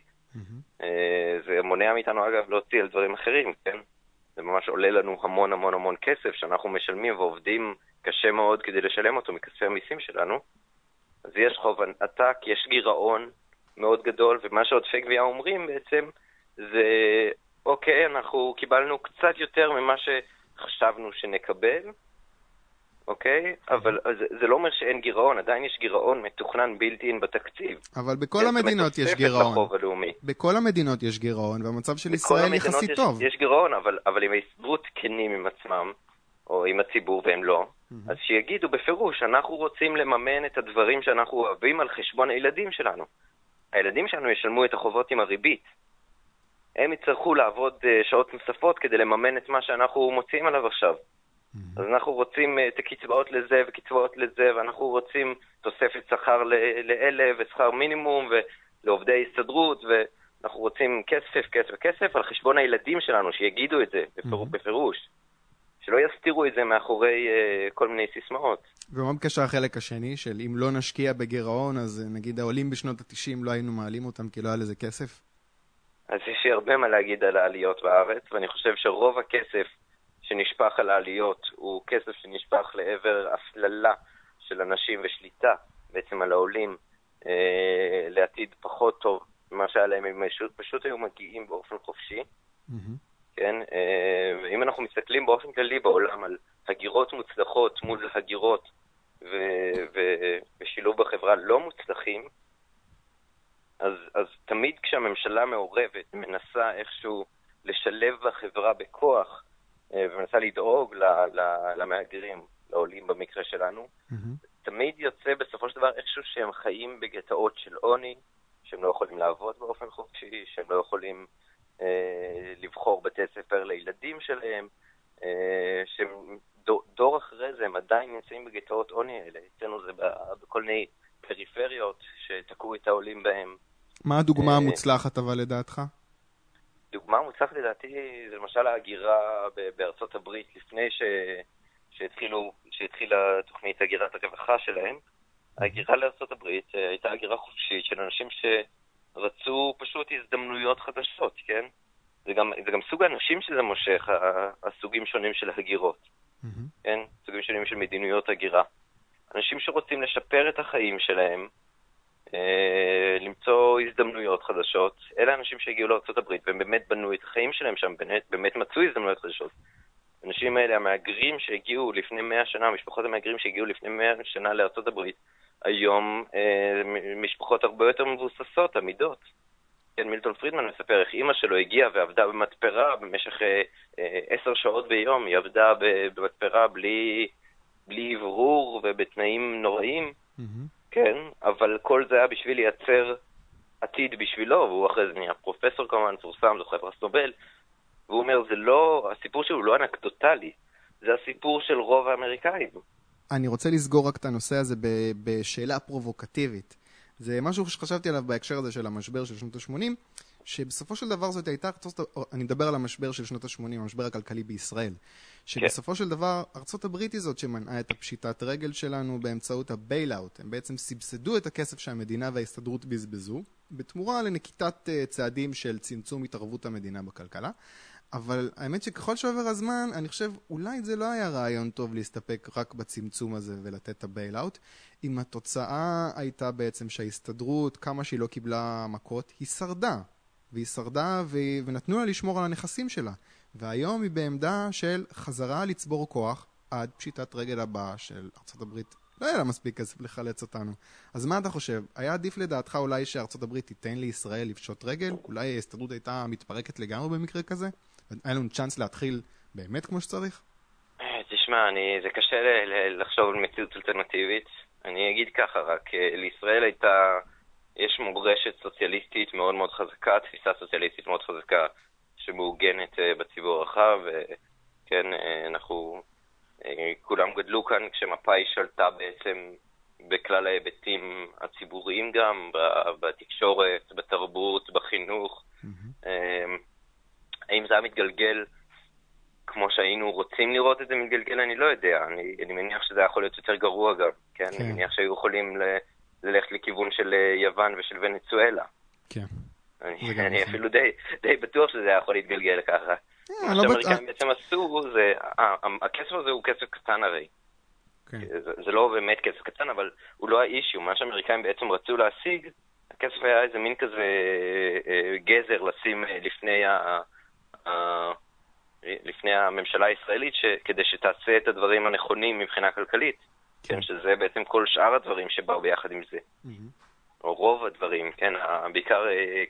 Speaker 2: זה מונע מאיתנו אגב להוציא על דברים אחרים, כן? זה ממש עולה לנו המון המון המון כסף שאנחנו משלמים ועובדים קשה מאוד כדי לשלם אותו מכספי המיסים שלנו. אז יש חוב עתק, יש גירעון מאוד גדול, ומה שעודפי גבייה אומרים בעצם זה, אוקיי, אנחנו קיבלנו קצת יותר ממה שחשבנו שנקבל, אוקיי? אבל זה לא אומר שאין גירעון, עדיין יש גירעון מתוכנן בלתי אין בתקציב.
Speaker 1: אבל בכל המדינות יש גירעון. בכל המדינות יש גירעון, והמצב של ישראל יחסית טוב.
Speaker 2: יש גירעון, אבל אם ההסתדרות כנים עם עצמם, או עם הציבור והם לא, אז שיגידו בפירוש, אנחנו רוצים לממן את הדברים שאנחנו אוהבים על חשבון הילדים שלנו. הילדים שלנו ישלמו את החובות עם הריבית. הם יצטרכו לעבוד שעות נוספות כדי לממן את מה שאנחנו מוציאים עליו עכשיו. אז אנחנו רוצים את הקצבאות לזה וקצבאות לזה, ואנחנו רוצים תוספת שכר לאלה ושכר מינימום ולעובדי הסתדרות, ואנחנו רוצים כסף על חשבון הילדים שלנו, שיגידו את זה בפירוש. שלא יסתירו את זה מאחורי כל מיני סיסמאות.
Speaker 1: ומה בקשר החלק השני, של אם לא נשקיע בגירעון, אז נגיד העולים בשנות ה-90 לא היינו מעלים אותם כי לא היה לזה כסף?
Speaker 2: אז יש הרבה מה להגיד על העליות בארץ, ואני חושב שרוב הכסף שנשפח על העליות הוא כסף שנשפח לעבר הפללה של אנשים ושליטה בעצם על העולים לעתיד פחות טוב ממה שהיה להם, הם פשוט היו מגיעים באופן חופשי. כן? ואם אנחנו מסתכלים באופן כללי בעולם על הגירות מוצלחות מול הגירות ושילוב בחברה לא מוצלחים, אז תמיד כשהממשלה מעורבת מנסה איכשהו לשלב בחברה בכוח ומנסה לדאוג למהגרים, לעולים במקרה שלנו, תמיד יוצא בסופו של דבר איכשהו שהם חיים בגטאות של עוני, שהם לא יכולים לעבוד באופן חופשי, שהם לא יכולים לבחור בתי ספר לילדים שלהם, שדור אחרי זה הם עדיין נמצאים בגטאות עוני האלה. אצלנו זה בכל מיני פריפריות שתקעו את העולים בהם.
Speaker 1: מה הדוגמה המוצלחת אבל לדעתך?
Speaker 2: דוגמה המוצלחת לדעתי זה למשל ההגירה בארצות הברית לפני שהתחילה תוכנית הגירת הרווחה שלהם. ההגירה לארצות הברית הייתה הגירה חופשית של אנשים רצו פשוט הזדמנויות חדשות, כן? זה גם סוג האנשים שזה מושך, הסוגים שונים של הגירות, כן? סוגים שונים של מדיניות הגירה. אנשים שרוצים לשפר את החיים שלהם, למצוא הזדמנויות חדשות, אלה אנשים שהגיעו לארצות הברית, והם באמת בנו את החיים שלהם שם, באמת מצאו הזדמנויות חדשות. האנשים האלה, המהגרים שהגיעו לפני 100 שנה, משפחות המהגרים שהגיעו לפני 100 שנה לארצות הברית, היום משפחות הרבה יותר מבוססות, עמידות. כן, מילטון פרידמן מספר איך אמא שלו הגיעה ועבדה במתפרה במשך 10 שעות ביום, היא עבדה במתפרה בלי עברור ובתנאים נוראים, כן, אבל כל זה היה בשביל לייצר עתיד בשבילו, והוא אחרי זה נהיה פרופסור כמובן, פורסם, זוכה פרס נובל, והוא אומר, הסיפור שלו לא אנקדוטלי, זה הסיפור של רוב האמריקאים.
Speaker 1: אני רוצה לסגור רק את הנושא הזה בשאלה פרובוקטיבית. זה משהו שחשבתי עליו בהקשר הזה של המשבר של שנות ה-80, שבסופו של דבר זאת הייתה, אני מדבר על המשבר של שנות ה-80, המשבר הכלכלי בישראל, שבסופו של דבר ארצות הברית היא זאת שמנעה את הפשיטת רגל שלנו באמצעות הבייל-אוט. הם בעצם סבסדו את הכסף שהמדינה וההסתדרות בזבזו, בתמורה לנקיטת צעדים של צמצום התערבות המדינה בכלכלה. אבל האמת שככל שעובר הזמן, אני חושב, אולי זה לא היה רעיון טוב להסתפק רק בצמצום הזה ולתת את הבייל-אוט, אם התוצאה הייתה בעצם שההסתדרות, כמה שהיא לא קיבלה מכות, היא שרדה. והיא שרדה ונתנו לה לשמור על הנכסים שלה. והיום היא בעמדה של חזרה לצבור כוח עד פשיטת רגל הבאה של ארצות הברית לא היה לה מספיק כסף לחלץ אותנו. אז מה אתה חושב? היה עדיף לדעתך אולי שארצות הברית תיתן לישראל לפשוט רגל? אולי ההסתדרות הייתה מתפרקת לגמרי במקרה כזה? היה לנו צ'אנס להתחיל באמת כמו שצריך?
Speaker 2: תשמע, זה קשה לחשוב על מציאות אלטרנטיבית. אני אגיד ככה, רק לישראל יש מורשת סוציאליסטית מאוד מאוד חזקה, תפיסה סוציאליסטית מאוד חזקה שמעוגנת בציבור הרחב, וכן, כולם גדלו כאן כשמפא"י שלטה בעצם בכלל ההיבטים הציבוריים גם, בתקשורת, בתרבות, בחינוך. האם זה היה מתגלגל כמו שהיינו רוצים לראות את זה מתגלגל, אני לא יודע. אני מניח שזה יכול להיות יותר גרוע גם, כן? אני מניח שהיו יכולים ללכת לכיוון של יוון ושל ונצואלה.
Speaker 1: כן.
Speaker 2: אני אפילו די בטוח שזה יכול להתגלגל ככה. מה שהאמריקאים בעצם עשו, הכסף הזה הוא כסף קטן הרי. זה לא באמת כסף קטן, אבל הוא לא האישיו. מה שהאמריקאים בעצם רצו להשיג, הכסף היה איזה מין כזה גזר לשים לפני הממשלה הישראלית, כדי שתעשה את הדברים הנכונים מבחינה כלכלית. כן, שזה בעצם כל שאר הדברים שבאו ביחד עם זה. או רוב הדברים, כן, בעיקר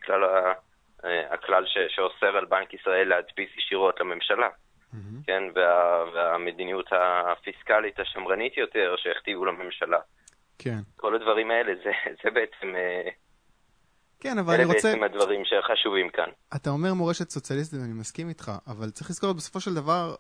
Speaker 2: הכלל שאוסר על בנק ישראל להדפיס ישירות לממשלה. כן, והמדיניות הפיסקלית השמרנית יותר שהכתיבו לממשלה.
Speaker 1: כן.
Speaker 2: כל הדברים האלה, זה בעצם...
Speaker 1: כן, אבל אני רוצה...
Speaker 2: אלה בעצם הדברים שחשובים כאן.
Speaker 1: אתה אומר מורשת סוציאליסטית, ואני מסכים איתך, אבל צריך לזכור בסופו של דבר,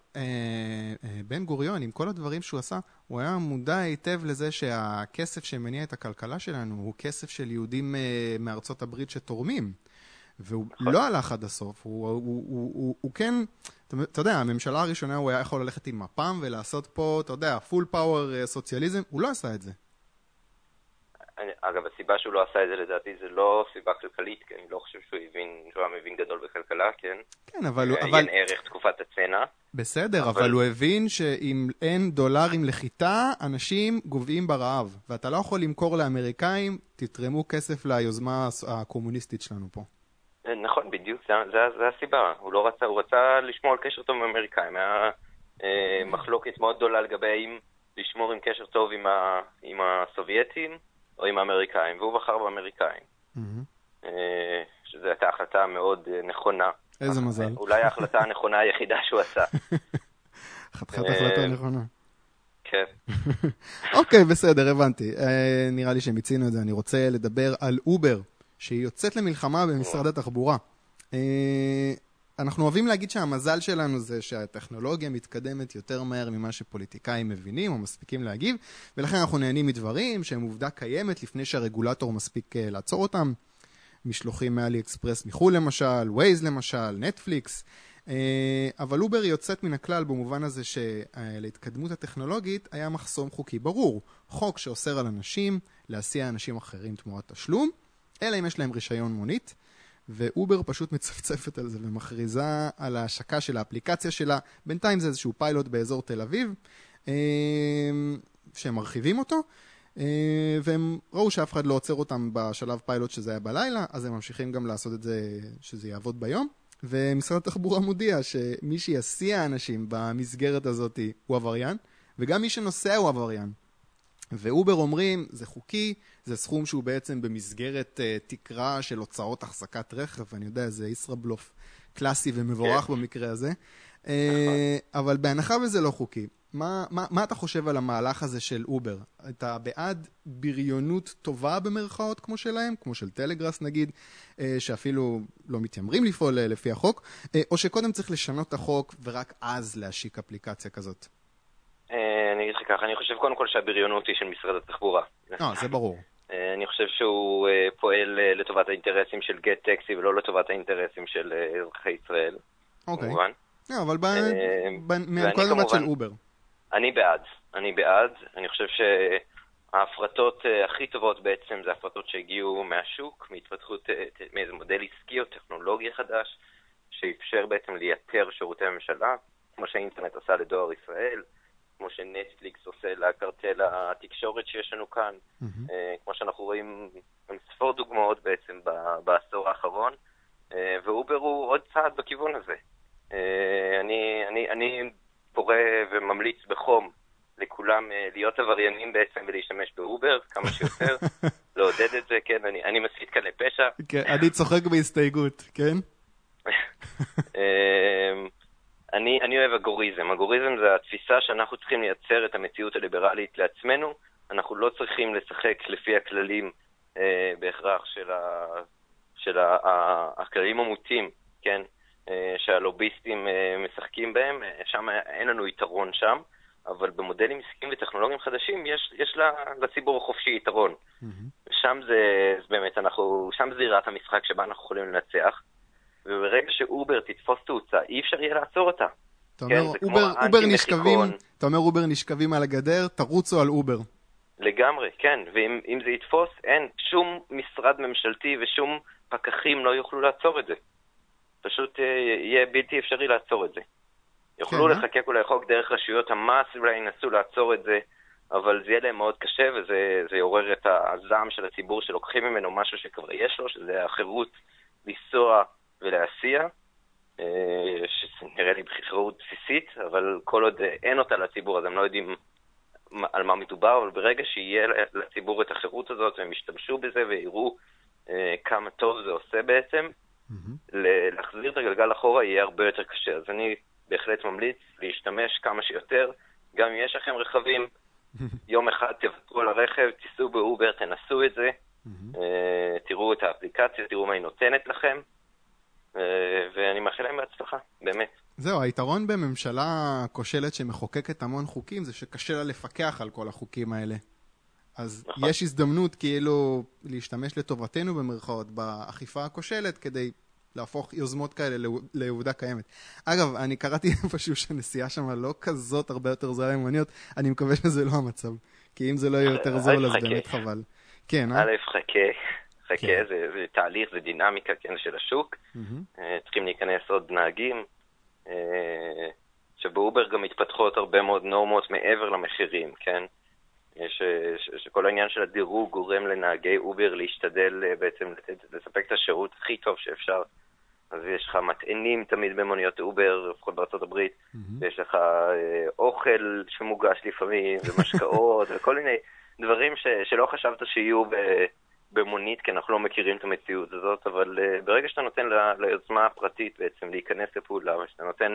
Speaker 1: בן גוריון, עם כל הדברים שהוא עשה, הוא היה מודע היטב לזה שהכסף שמניע את הכלכלה שלנו, הוא כסף של יהודים מארצות הברית שתורמים. והוא לא הלך עד הסוף, הוא כן, אתה יודע, הממשלה הראשונה הוא היה יכול ללכת עם מפ"ם ולעשות פה, אתה יודע, פול פאוור סוציאליזם, הוא לא עשה את זה.
Speaker 2: אגב, הסיבה שהוא לא עשה את זה לדעתי זה לא סיבה כלכלית, כי אני לא חושב שהוא היה מבין גדול בכלכלה, כן?
Speaker 1: כן, אבל...
Speaker 2: אין ערך תקופת הצנע.
Speaker 1: בסדר, אבל הוא הבין שאם אין דולרים לחיטה, אנשים גובעים ברעב, ואתה לא יכול למכור לאמריקאים, תתרמו כסף ליוזמה הקומוניסטית שלנו פה.
Speaker 2: נכון, בדיוק, זה הסיבה. הוא רצה לשמור על קשר טוב עם האמריקאים. היה מחלוקת מאוד גדולה לגבי האם לשמור עם קשר טוב עם הסובייטים, או עם האמריקאים, והוא בחר באמריקאים. שזו הייתה החלטה מאוד נכונה.
Speaker 1: איזה מזל.
Speaker 2: אולי ההחלטה הנכונה היחידה שהוא עשה.
Speaker 1: חתיכת החלטה נכונה.
Speaker 2: כן.
Speaker 1: אוקיי, בסדר, הבנתי. נראה לי שמיצינו את זה. אני רוצה לדבר על אובר, שהיא יוצאת למלחמה במשרד התחבורה. אנחנו אוהבים להגיד שהמזל שלנו זה שהטכנולוגיה מתקדמת יותר מהר ממה שפוליטיקאים מבינים או מספיקים להגיב, ולכן אנחנו נהנים מדברים שהם עובדה קיימת לפני שהרגולטור מספיק לעצור אותם. משלוחים מאלי אקספרס מחול למשל, ווייז למשל, נטפליקס, אבל אובר יוצאת מן הכלל במובן הזה שלהתקדמות הטכנולוגית היה מחסום חוקי ברור, חוק שאוסר על אנשים להסיע אנשים אחרים תמורת תשלום, אלא אם יש להם רישיון מונית, ואובר פשוט מצפצפת על זה ומכריזה על ההשקה של האפליקציה שלה. בינתיים זה איזשהו פיילוט באזור תל אביב, שהם מרחיבים אותו, והם ראו שאף אחד לא עוצר אותם בשלב פיילוט שזה היה בלילה, אז הם ממשיכים גם לעשות את זה שזה יעבוד ביום, ומשרד התחבורה מודיע שמי שיסיע אנשים במסגרת הזאת הוא עבריין, וגם מי שנוסע הוא עבריין. ואובר אומרים, זה חוקי, זה סכום שהוא בעצם במסגרת תקרה של הוצאות החזקת רכב, אני יודע, זה ישראבלוף קלאסי ומבורך במקרה הזה, אבל בהנחה וזה לא חוקי. מה אתה חושב על המהלך הזה של אובר? אתה בעד בריונות טובה במרכאות כמו שלהם, כמו של טלגראס נגיד, שאפילו לא מתיימרים לפעול לפי החוק, או שקודם צריך לשנות את החוק ורק אז להשיק אפליקציה כזאת?
Speaker 2: אני אגיד לך ככה, אני חושב קודם כל שהבריונות היא של משרד התחבורה.
Speaker 1: זה ברור.
Speaker 2: אני חושב שהוא פועל לטובת האינטרסים של גט טקסי ולא לטובת האינטרסים של אזרחי ישראל.
Speaker 1: אוקיי. אבל מהנקודת של אובר.
Speaker 2: אני בעד. אני חושב שההפרטות הכי טובות בעצם זה הפרטות שהגיעו מהשוק, מהתפתחות מאיזה מודל עסקי או טכנולוגיה חדש, שאפשר בעצם לייתר שירותי הממשלה, כמו שהאינטרנט עשה לדואר ישראל, כמו שנטפליקס עושה לקרטל התקשורת שיש לנו כאן, כמו שאנחנו רואים ספור דוגמאות בעצם בעשור האחרון, ואובר הוא עוד צעד בכיוון הזה. אני פורה וממליץ בחום לכולם להיות עבריינים בעצם ולהשתמש באובר כמה שיותר, לעודד את זה, כן, אני מסית כאן לפשע.
Speaker 1: כן, אני צוחק בהסתייגות, כן?
Speaker 2: אני אוהב אגוריזם. אגוריזם זה התפיסה שאנחנו צריכים לייצר את המציאות הליברלית לעצמנו, אנחנו לא צריכים לשחק לפי הכללים בהכרח של הכללים המוטים, כן? שהלוביסטים משחקים בהם, שם אין לנו יתרון שם, אבל במודלים עסקיים וטכנולוגיים חדשים יש לציבור החופשי יתרון. שם זה באמת, שם זירת המשחק שבה אנחנו יכולים לנצח, וברגע שאובר תתפוס תאוצה, אי אפשר יהיה לעצור אותה.
Speaker 1: אתה אומר אובר נשכבים על הגדר, תרוצו על אובר.
Speaker 2: לגמרי, כן, ואם זה יתפוס, אין שום משרד ממשלתי ושום פקחים לא יוכלו לעצור את זה. פשוט יהיה בלתי אפשרי לעצור את זה. יוכלו לחכק אולי חוק דרך רשויות המס, אולי ינסו לעצור את זה, אבל זה יהיה להם מאוד קשה, וזה יעורר את הזעם של הציבור שלוקחים ממנו משהו שכבר יש לו, שזה החירות לנסוע ולהסיע, שנראה לי חירות בסיסית, אבל כל עוד אין אותה לציבור, אז הם לא יודעים על מה מדובר, אבל ברגע שיהיה לציבור את החירות הזאת, והם ישתמשו בזה ויראו כמה טוב זה עושה בעצם, להחזיר את הגלגל אחורה יהיה הרבה יותר קשה. אז אני בהחלט ממליץ להשתמש כמה שיותר, גם אם יש לכם רכבים, יום אחד תוותרו על הרכב, תיסעו באובר, תנסו את זה, תראו את האפליקציה, תראו מה היא נותנת לכם, ואני מאחל להם בהצלחה, באמת.
Speaker 1: זהו, היתרון בממשלה כושלת שמחוקקת המון חוקים, זה שקשה לה לפקח על כל החוקים האלה. אז נכון. יש הזדמנות כאילו להשתמש לטובתנו במרכאות באכיפה הכושלת, כדי להפוך יוזמות כאלה לעובדה קיימת. אגב, אני קראתי איפשהו שהנסיעה שם לא כזאת הרבה יותר זולה ממוניות, אני מקווה שזה לא המצב, כי אם זה לא יהיה יותר זול, אז באמת חבל. כן,
Speaker 2: חכה, זה תהליך, זה דינמיקה, כן, של השוק. צריכים להיכנס עוד נהגים, שבאובר גם מתפתחות הרבה מאוד נורמות מעבר למחירים, כן? שכל העניין של הדירוג גורם לנהגי אובר להשתדל בעצם לספק את השירות הכי טוב שאפשר. אז יש לך מטענים תמיד במוניות אובר, לפחות בארצות הברית, ויש לך אוכל שמוגש לפעמים, ומשקאות, וכל מיני דברים שלא חשבת שיהיו במונית, כי אנחנו לא מכירים את המציאות הזאת, אבל ברגע שאתה נותן ליוזמה הפרטית בעצם להיכנס לפעולה, ושאתה נותן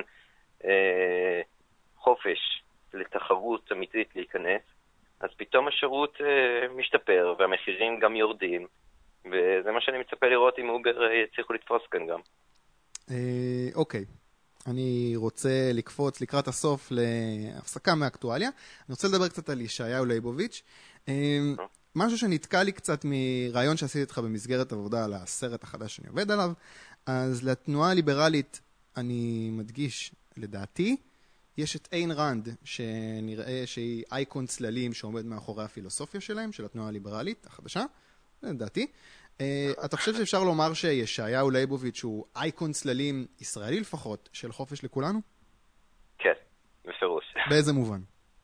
Speaker 2: חופש לתחרות אמיתית להיכנס, אז פתאום השירות משתפר, והמחירים גם יורדים, וזה מה שאני מצפה לראות אם אובר יצליחו לתפוס כאן גם.
Speaker 1: אוקיי. אני רוצה לקפוץ לקראת הסוף להפסקה מאקטואליה. אני רוצה לדבר קצת על ישעיהו ליבוביץ'. משהו שנתקע לי קצת מרעיון שעשיתי איתך במסגרת עבודה על הסרט החדש שאני עובד עליו. אז לתנועה הליברלית, אני מדגיש, לדעתי, יש את איין רנד, שנראה שהיא אייקון צללים שעומד מאחורי הפילוסופיה שלהם, של התנועה הליברלית החדשה, לדעתי. אתה חושב שאפשר לומר שישעיהו ליבוביץ' הוא אייקון צללים ישראלי לפחות, של חופש לכולנו?
Speaker 2: כן, בפירוש.
Speaker 1: באיזה מובן?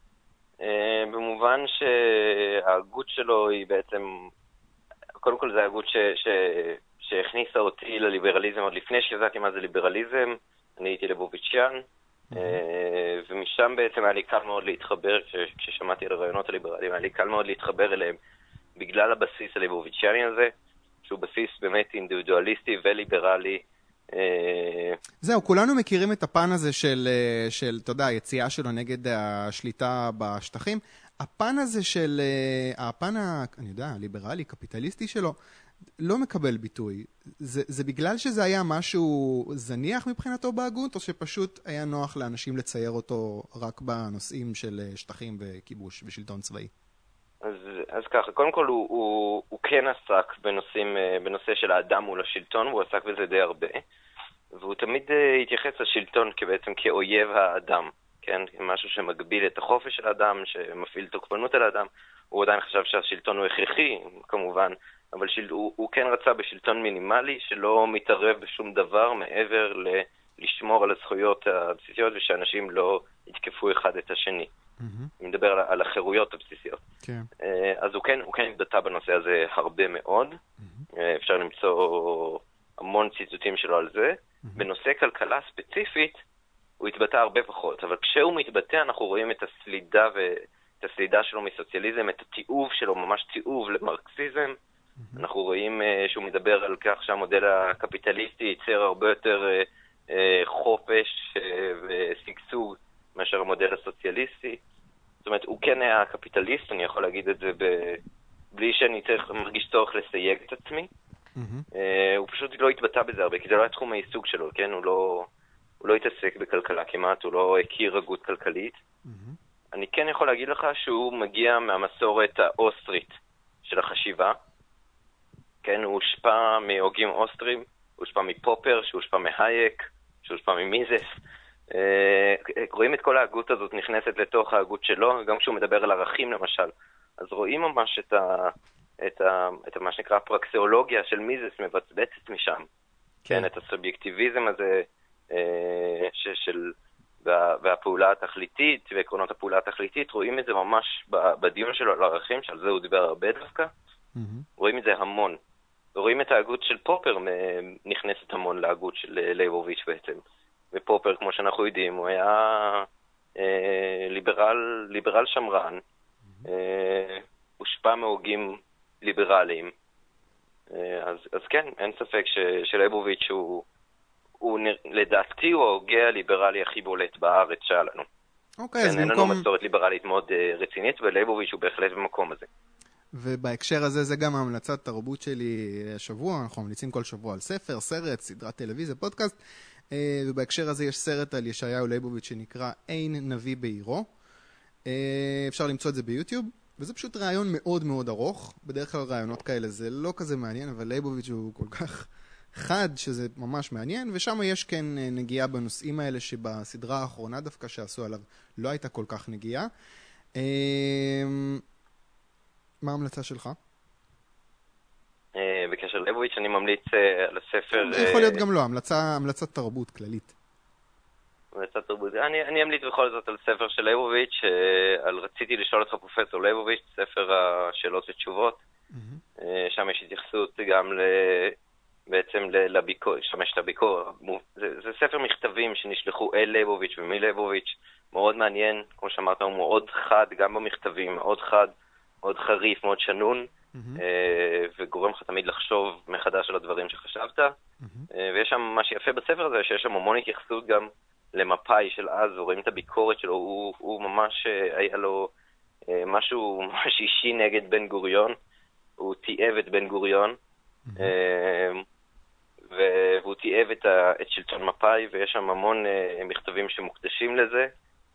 Speaker 2: במובן שההגות שלו היא בעצם, קודם כל זה ההגות שהכניסה אותי לליברליזם עוד לפני שידעתי מה זה ליברליזם, אני הייתי ליבוביץ'יאן, ומשם בעצם היה לי קל מאוד להתחבר, כששמעתי על הרעיונות הליברליים, היה לי קל מאוד להתחבר אליהם בגלל הבסיס הליבוביץ'יאני הזה, שהוא בסיס באמת אינדיבידואליסטי וליברלי.
Speaker 1: זהו, כולנו מכירים את הפן הזה של, אתה יודע, היציאה שלו נגד השליטה בשטחים. הפן הזה של, הפן, אני יודע, הליברלי, קפיטליסטי שלו, לא מקבל ביטוי. זה בגלל שזה היה משהו זניח מבחינתו בהגות, או שפשוט היה נוח לאנשים לצייר אותו רק בנושאים של שטחים וכיבוש ושלטון צבאי?
Speaker 2: אז ככה, קודם כל הוא כן עסק בנושא של האדם מול השלטון, הוא עסק בזה די הרבה, והוא תמיד התייחס לשלטון בעצם כאויב האדם, כן? משהו שמגביל את החופש של האדם, שמפעיל תוקפנות על האדם. הוא עדיין חשב שהשלטון הוא הכרחי, כמובן, אבל הוא כן רצה בשלטון מינימלי שלא מתערב בשום דבר מעבר לשמור על הזכויות הבסיסיות ושאנשים לא יתקפו אחד את השני. אני מדבר על החירויות הבסיסיות. אז הוא כן התבטא בנושא הזה הרבה מאוד. אפשר למצוא המון ציטוטים שלו על זה. בנושא כלכלה ספציפית הוא התבטא הרבה פחות, אבל כשהוא מתבטא אנחנו רואים את הסלידה ואת את הסלידה שלו מסוציאליזם, את התיעוב שלו, ממש תיעוב למרקסיזם. אנחנו רואים שהוא מדבר על כך שהמודל הקפיטליסטי ייצר הרבה יותר חופש וסגסוג מאשר המודל הסוציאליסטי. זאת אומרת, הוא כן היה קפיטליסט, אני יכול להגיד את זה בלי שאני מרגיש צורך לסייג את עצמי. הוא פשוט לא התבטא בזה הרבה, כי זה לא היה תחום העיסוק שלו, כן? הוא לא התעסק בכלכלה כמעט, הוא לא הכיר הגות כלכלית. אני כן יכול להגיד לך שהוא מגיע מהמסורת האוסטרית של החשיבה. כן, הוא הושפע מהוגים אוסטרים, הוא הושפע מפופר, שהוא הושפע מהייק, שהוא הושפע ממיזס. רואים את כל ההגות הזאת נכנסת לתוך ההגות שלו, גם כשהוא מדבר על ערכים למשל. אז רואים ממש את מה שנקרא הפרקסיאולוגיה של מיזס מבצבצת משם. כן, את הסובייקטיביזם הזה והפעולה התכליתית ועקרונות הפעולה התכליתית, רואים את זה ממש בדיון שלו על ערכים, שעל זה הוא דיבר הרבה דווקא. רואים את זה המון. ורואים את ההגות של פופר נכנסת המון להגות של ליבוביץ' בעצם. ופופר, כמו שאנחנו יודעים, הוא היה ליברל שמרן, הושפע מהוגים ליברליים. אז כן, אין ספק שלייבוביץ' לדעתי הוא ההוגה הליברלי הכי בולט בארץ שהיה לנו.
Speaker 1: אוקיי, אז
Speaker 2: אין לנו מסורת ליברלית מאוד רצינית, ולייבוביץ' הוא בהחלט במקום הזה.
Speaker 1: ובהקשר הזה זה גם ההמלצת תרבות שלי השבוע, אנחנו ממליצים כל שבוע על ספר, סרט, סדרת טלוויזיה, פודקאסט, ובהקשר הזה יש סרט על ישעיהו ליבוביץ' שנקרא אין נביא בעירו. אפשר למצוא את זה ביוטיוב, וזה פשוט רעיון מאוד מאוד ארוך. בדרך כלל רעיונות כאלה זה לא כזה מעניין, אבל ליבוביץ' הוא כל כך חד שזה ממש מעניין, ושם יש כן נגיעה בנושאים האלה שבסדרה האחרונה דווקא שעשו עליו לא הייתה כל כך נגיעה. מה ההמלצה שלך?
Speaker 2: בקשר ליבוביץ' אני ממליץ על הספר...
Speaker 1: יכול להיות גם לא, המלצת תרבות כללית.
Speaker 2: המלצת תרבות. אני אמליץ בכל זאת על ספר של ליבוביץ', על רציתי לשאול אותך פרופסור ליבוביץ', ספר השאלות ותשובות. שם יש התייחסות גם בעצם לביקור, שמש לביקור. זה ספר מכתבים שנשלחו אל ליבוביץ' ומליבוביץ', מאוד מעניין, כמו שאמרת, הוא מאוד חד, גם במכתבים, מאוד חד, מאוד חריף, מאוד שנון, וגורם לך תמיד לחשוב מחדש על הדברים שחשבת. ויש שם מה שיפה בספר הזה, שיש שם המון התייחסות גם למפאי של אז, ורואים את הביקורת שלו, הוא ממש היה לו משהו ממש אישי נגד בן גוריון, הוא תיעב את בן גוריון, והוא תיעב את שלטון מפאי, ויש שם המון מכתבים שמוקדשים לזה.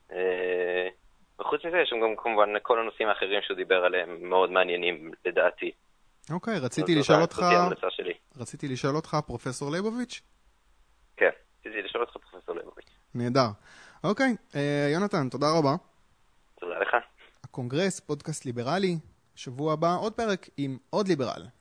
Speaker 2: וחוץ מזה יש שם גם כמובן כל הנושאים האחרים שהוא דיבר עליהם מאוד מעניינים לדעתי.
Speaker 1: אוקיי, רציתי לשאול אותך פרופסור ליבוביץ'?
Speaker 2: כן, רציתי לשאול אותך פרופסור ליבוביץ'.
Speaker 1: נהדר. אוקיי, יונתן, תודה רבה.
Speaker 2: תודה לך.
Speaker 1: הקונגרס, פודקאסט ליברלי, שבוע הבא עוד פרק עם עוד ליברל.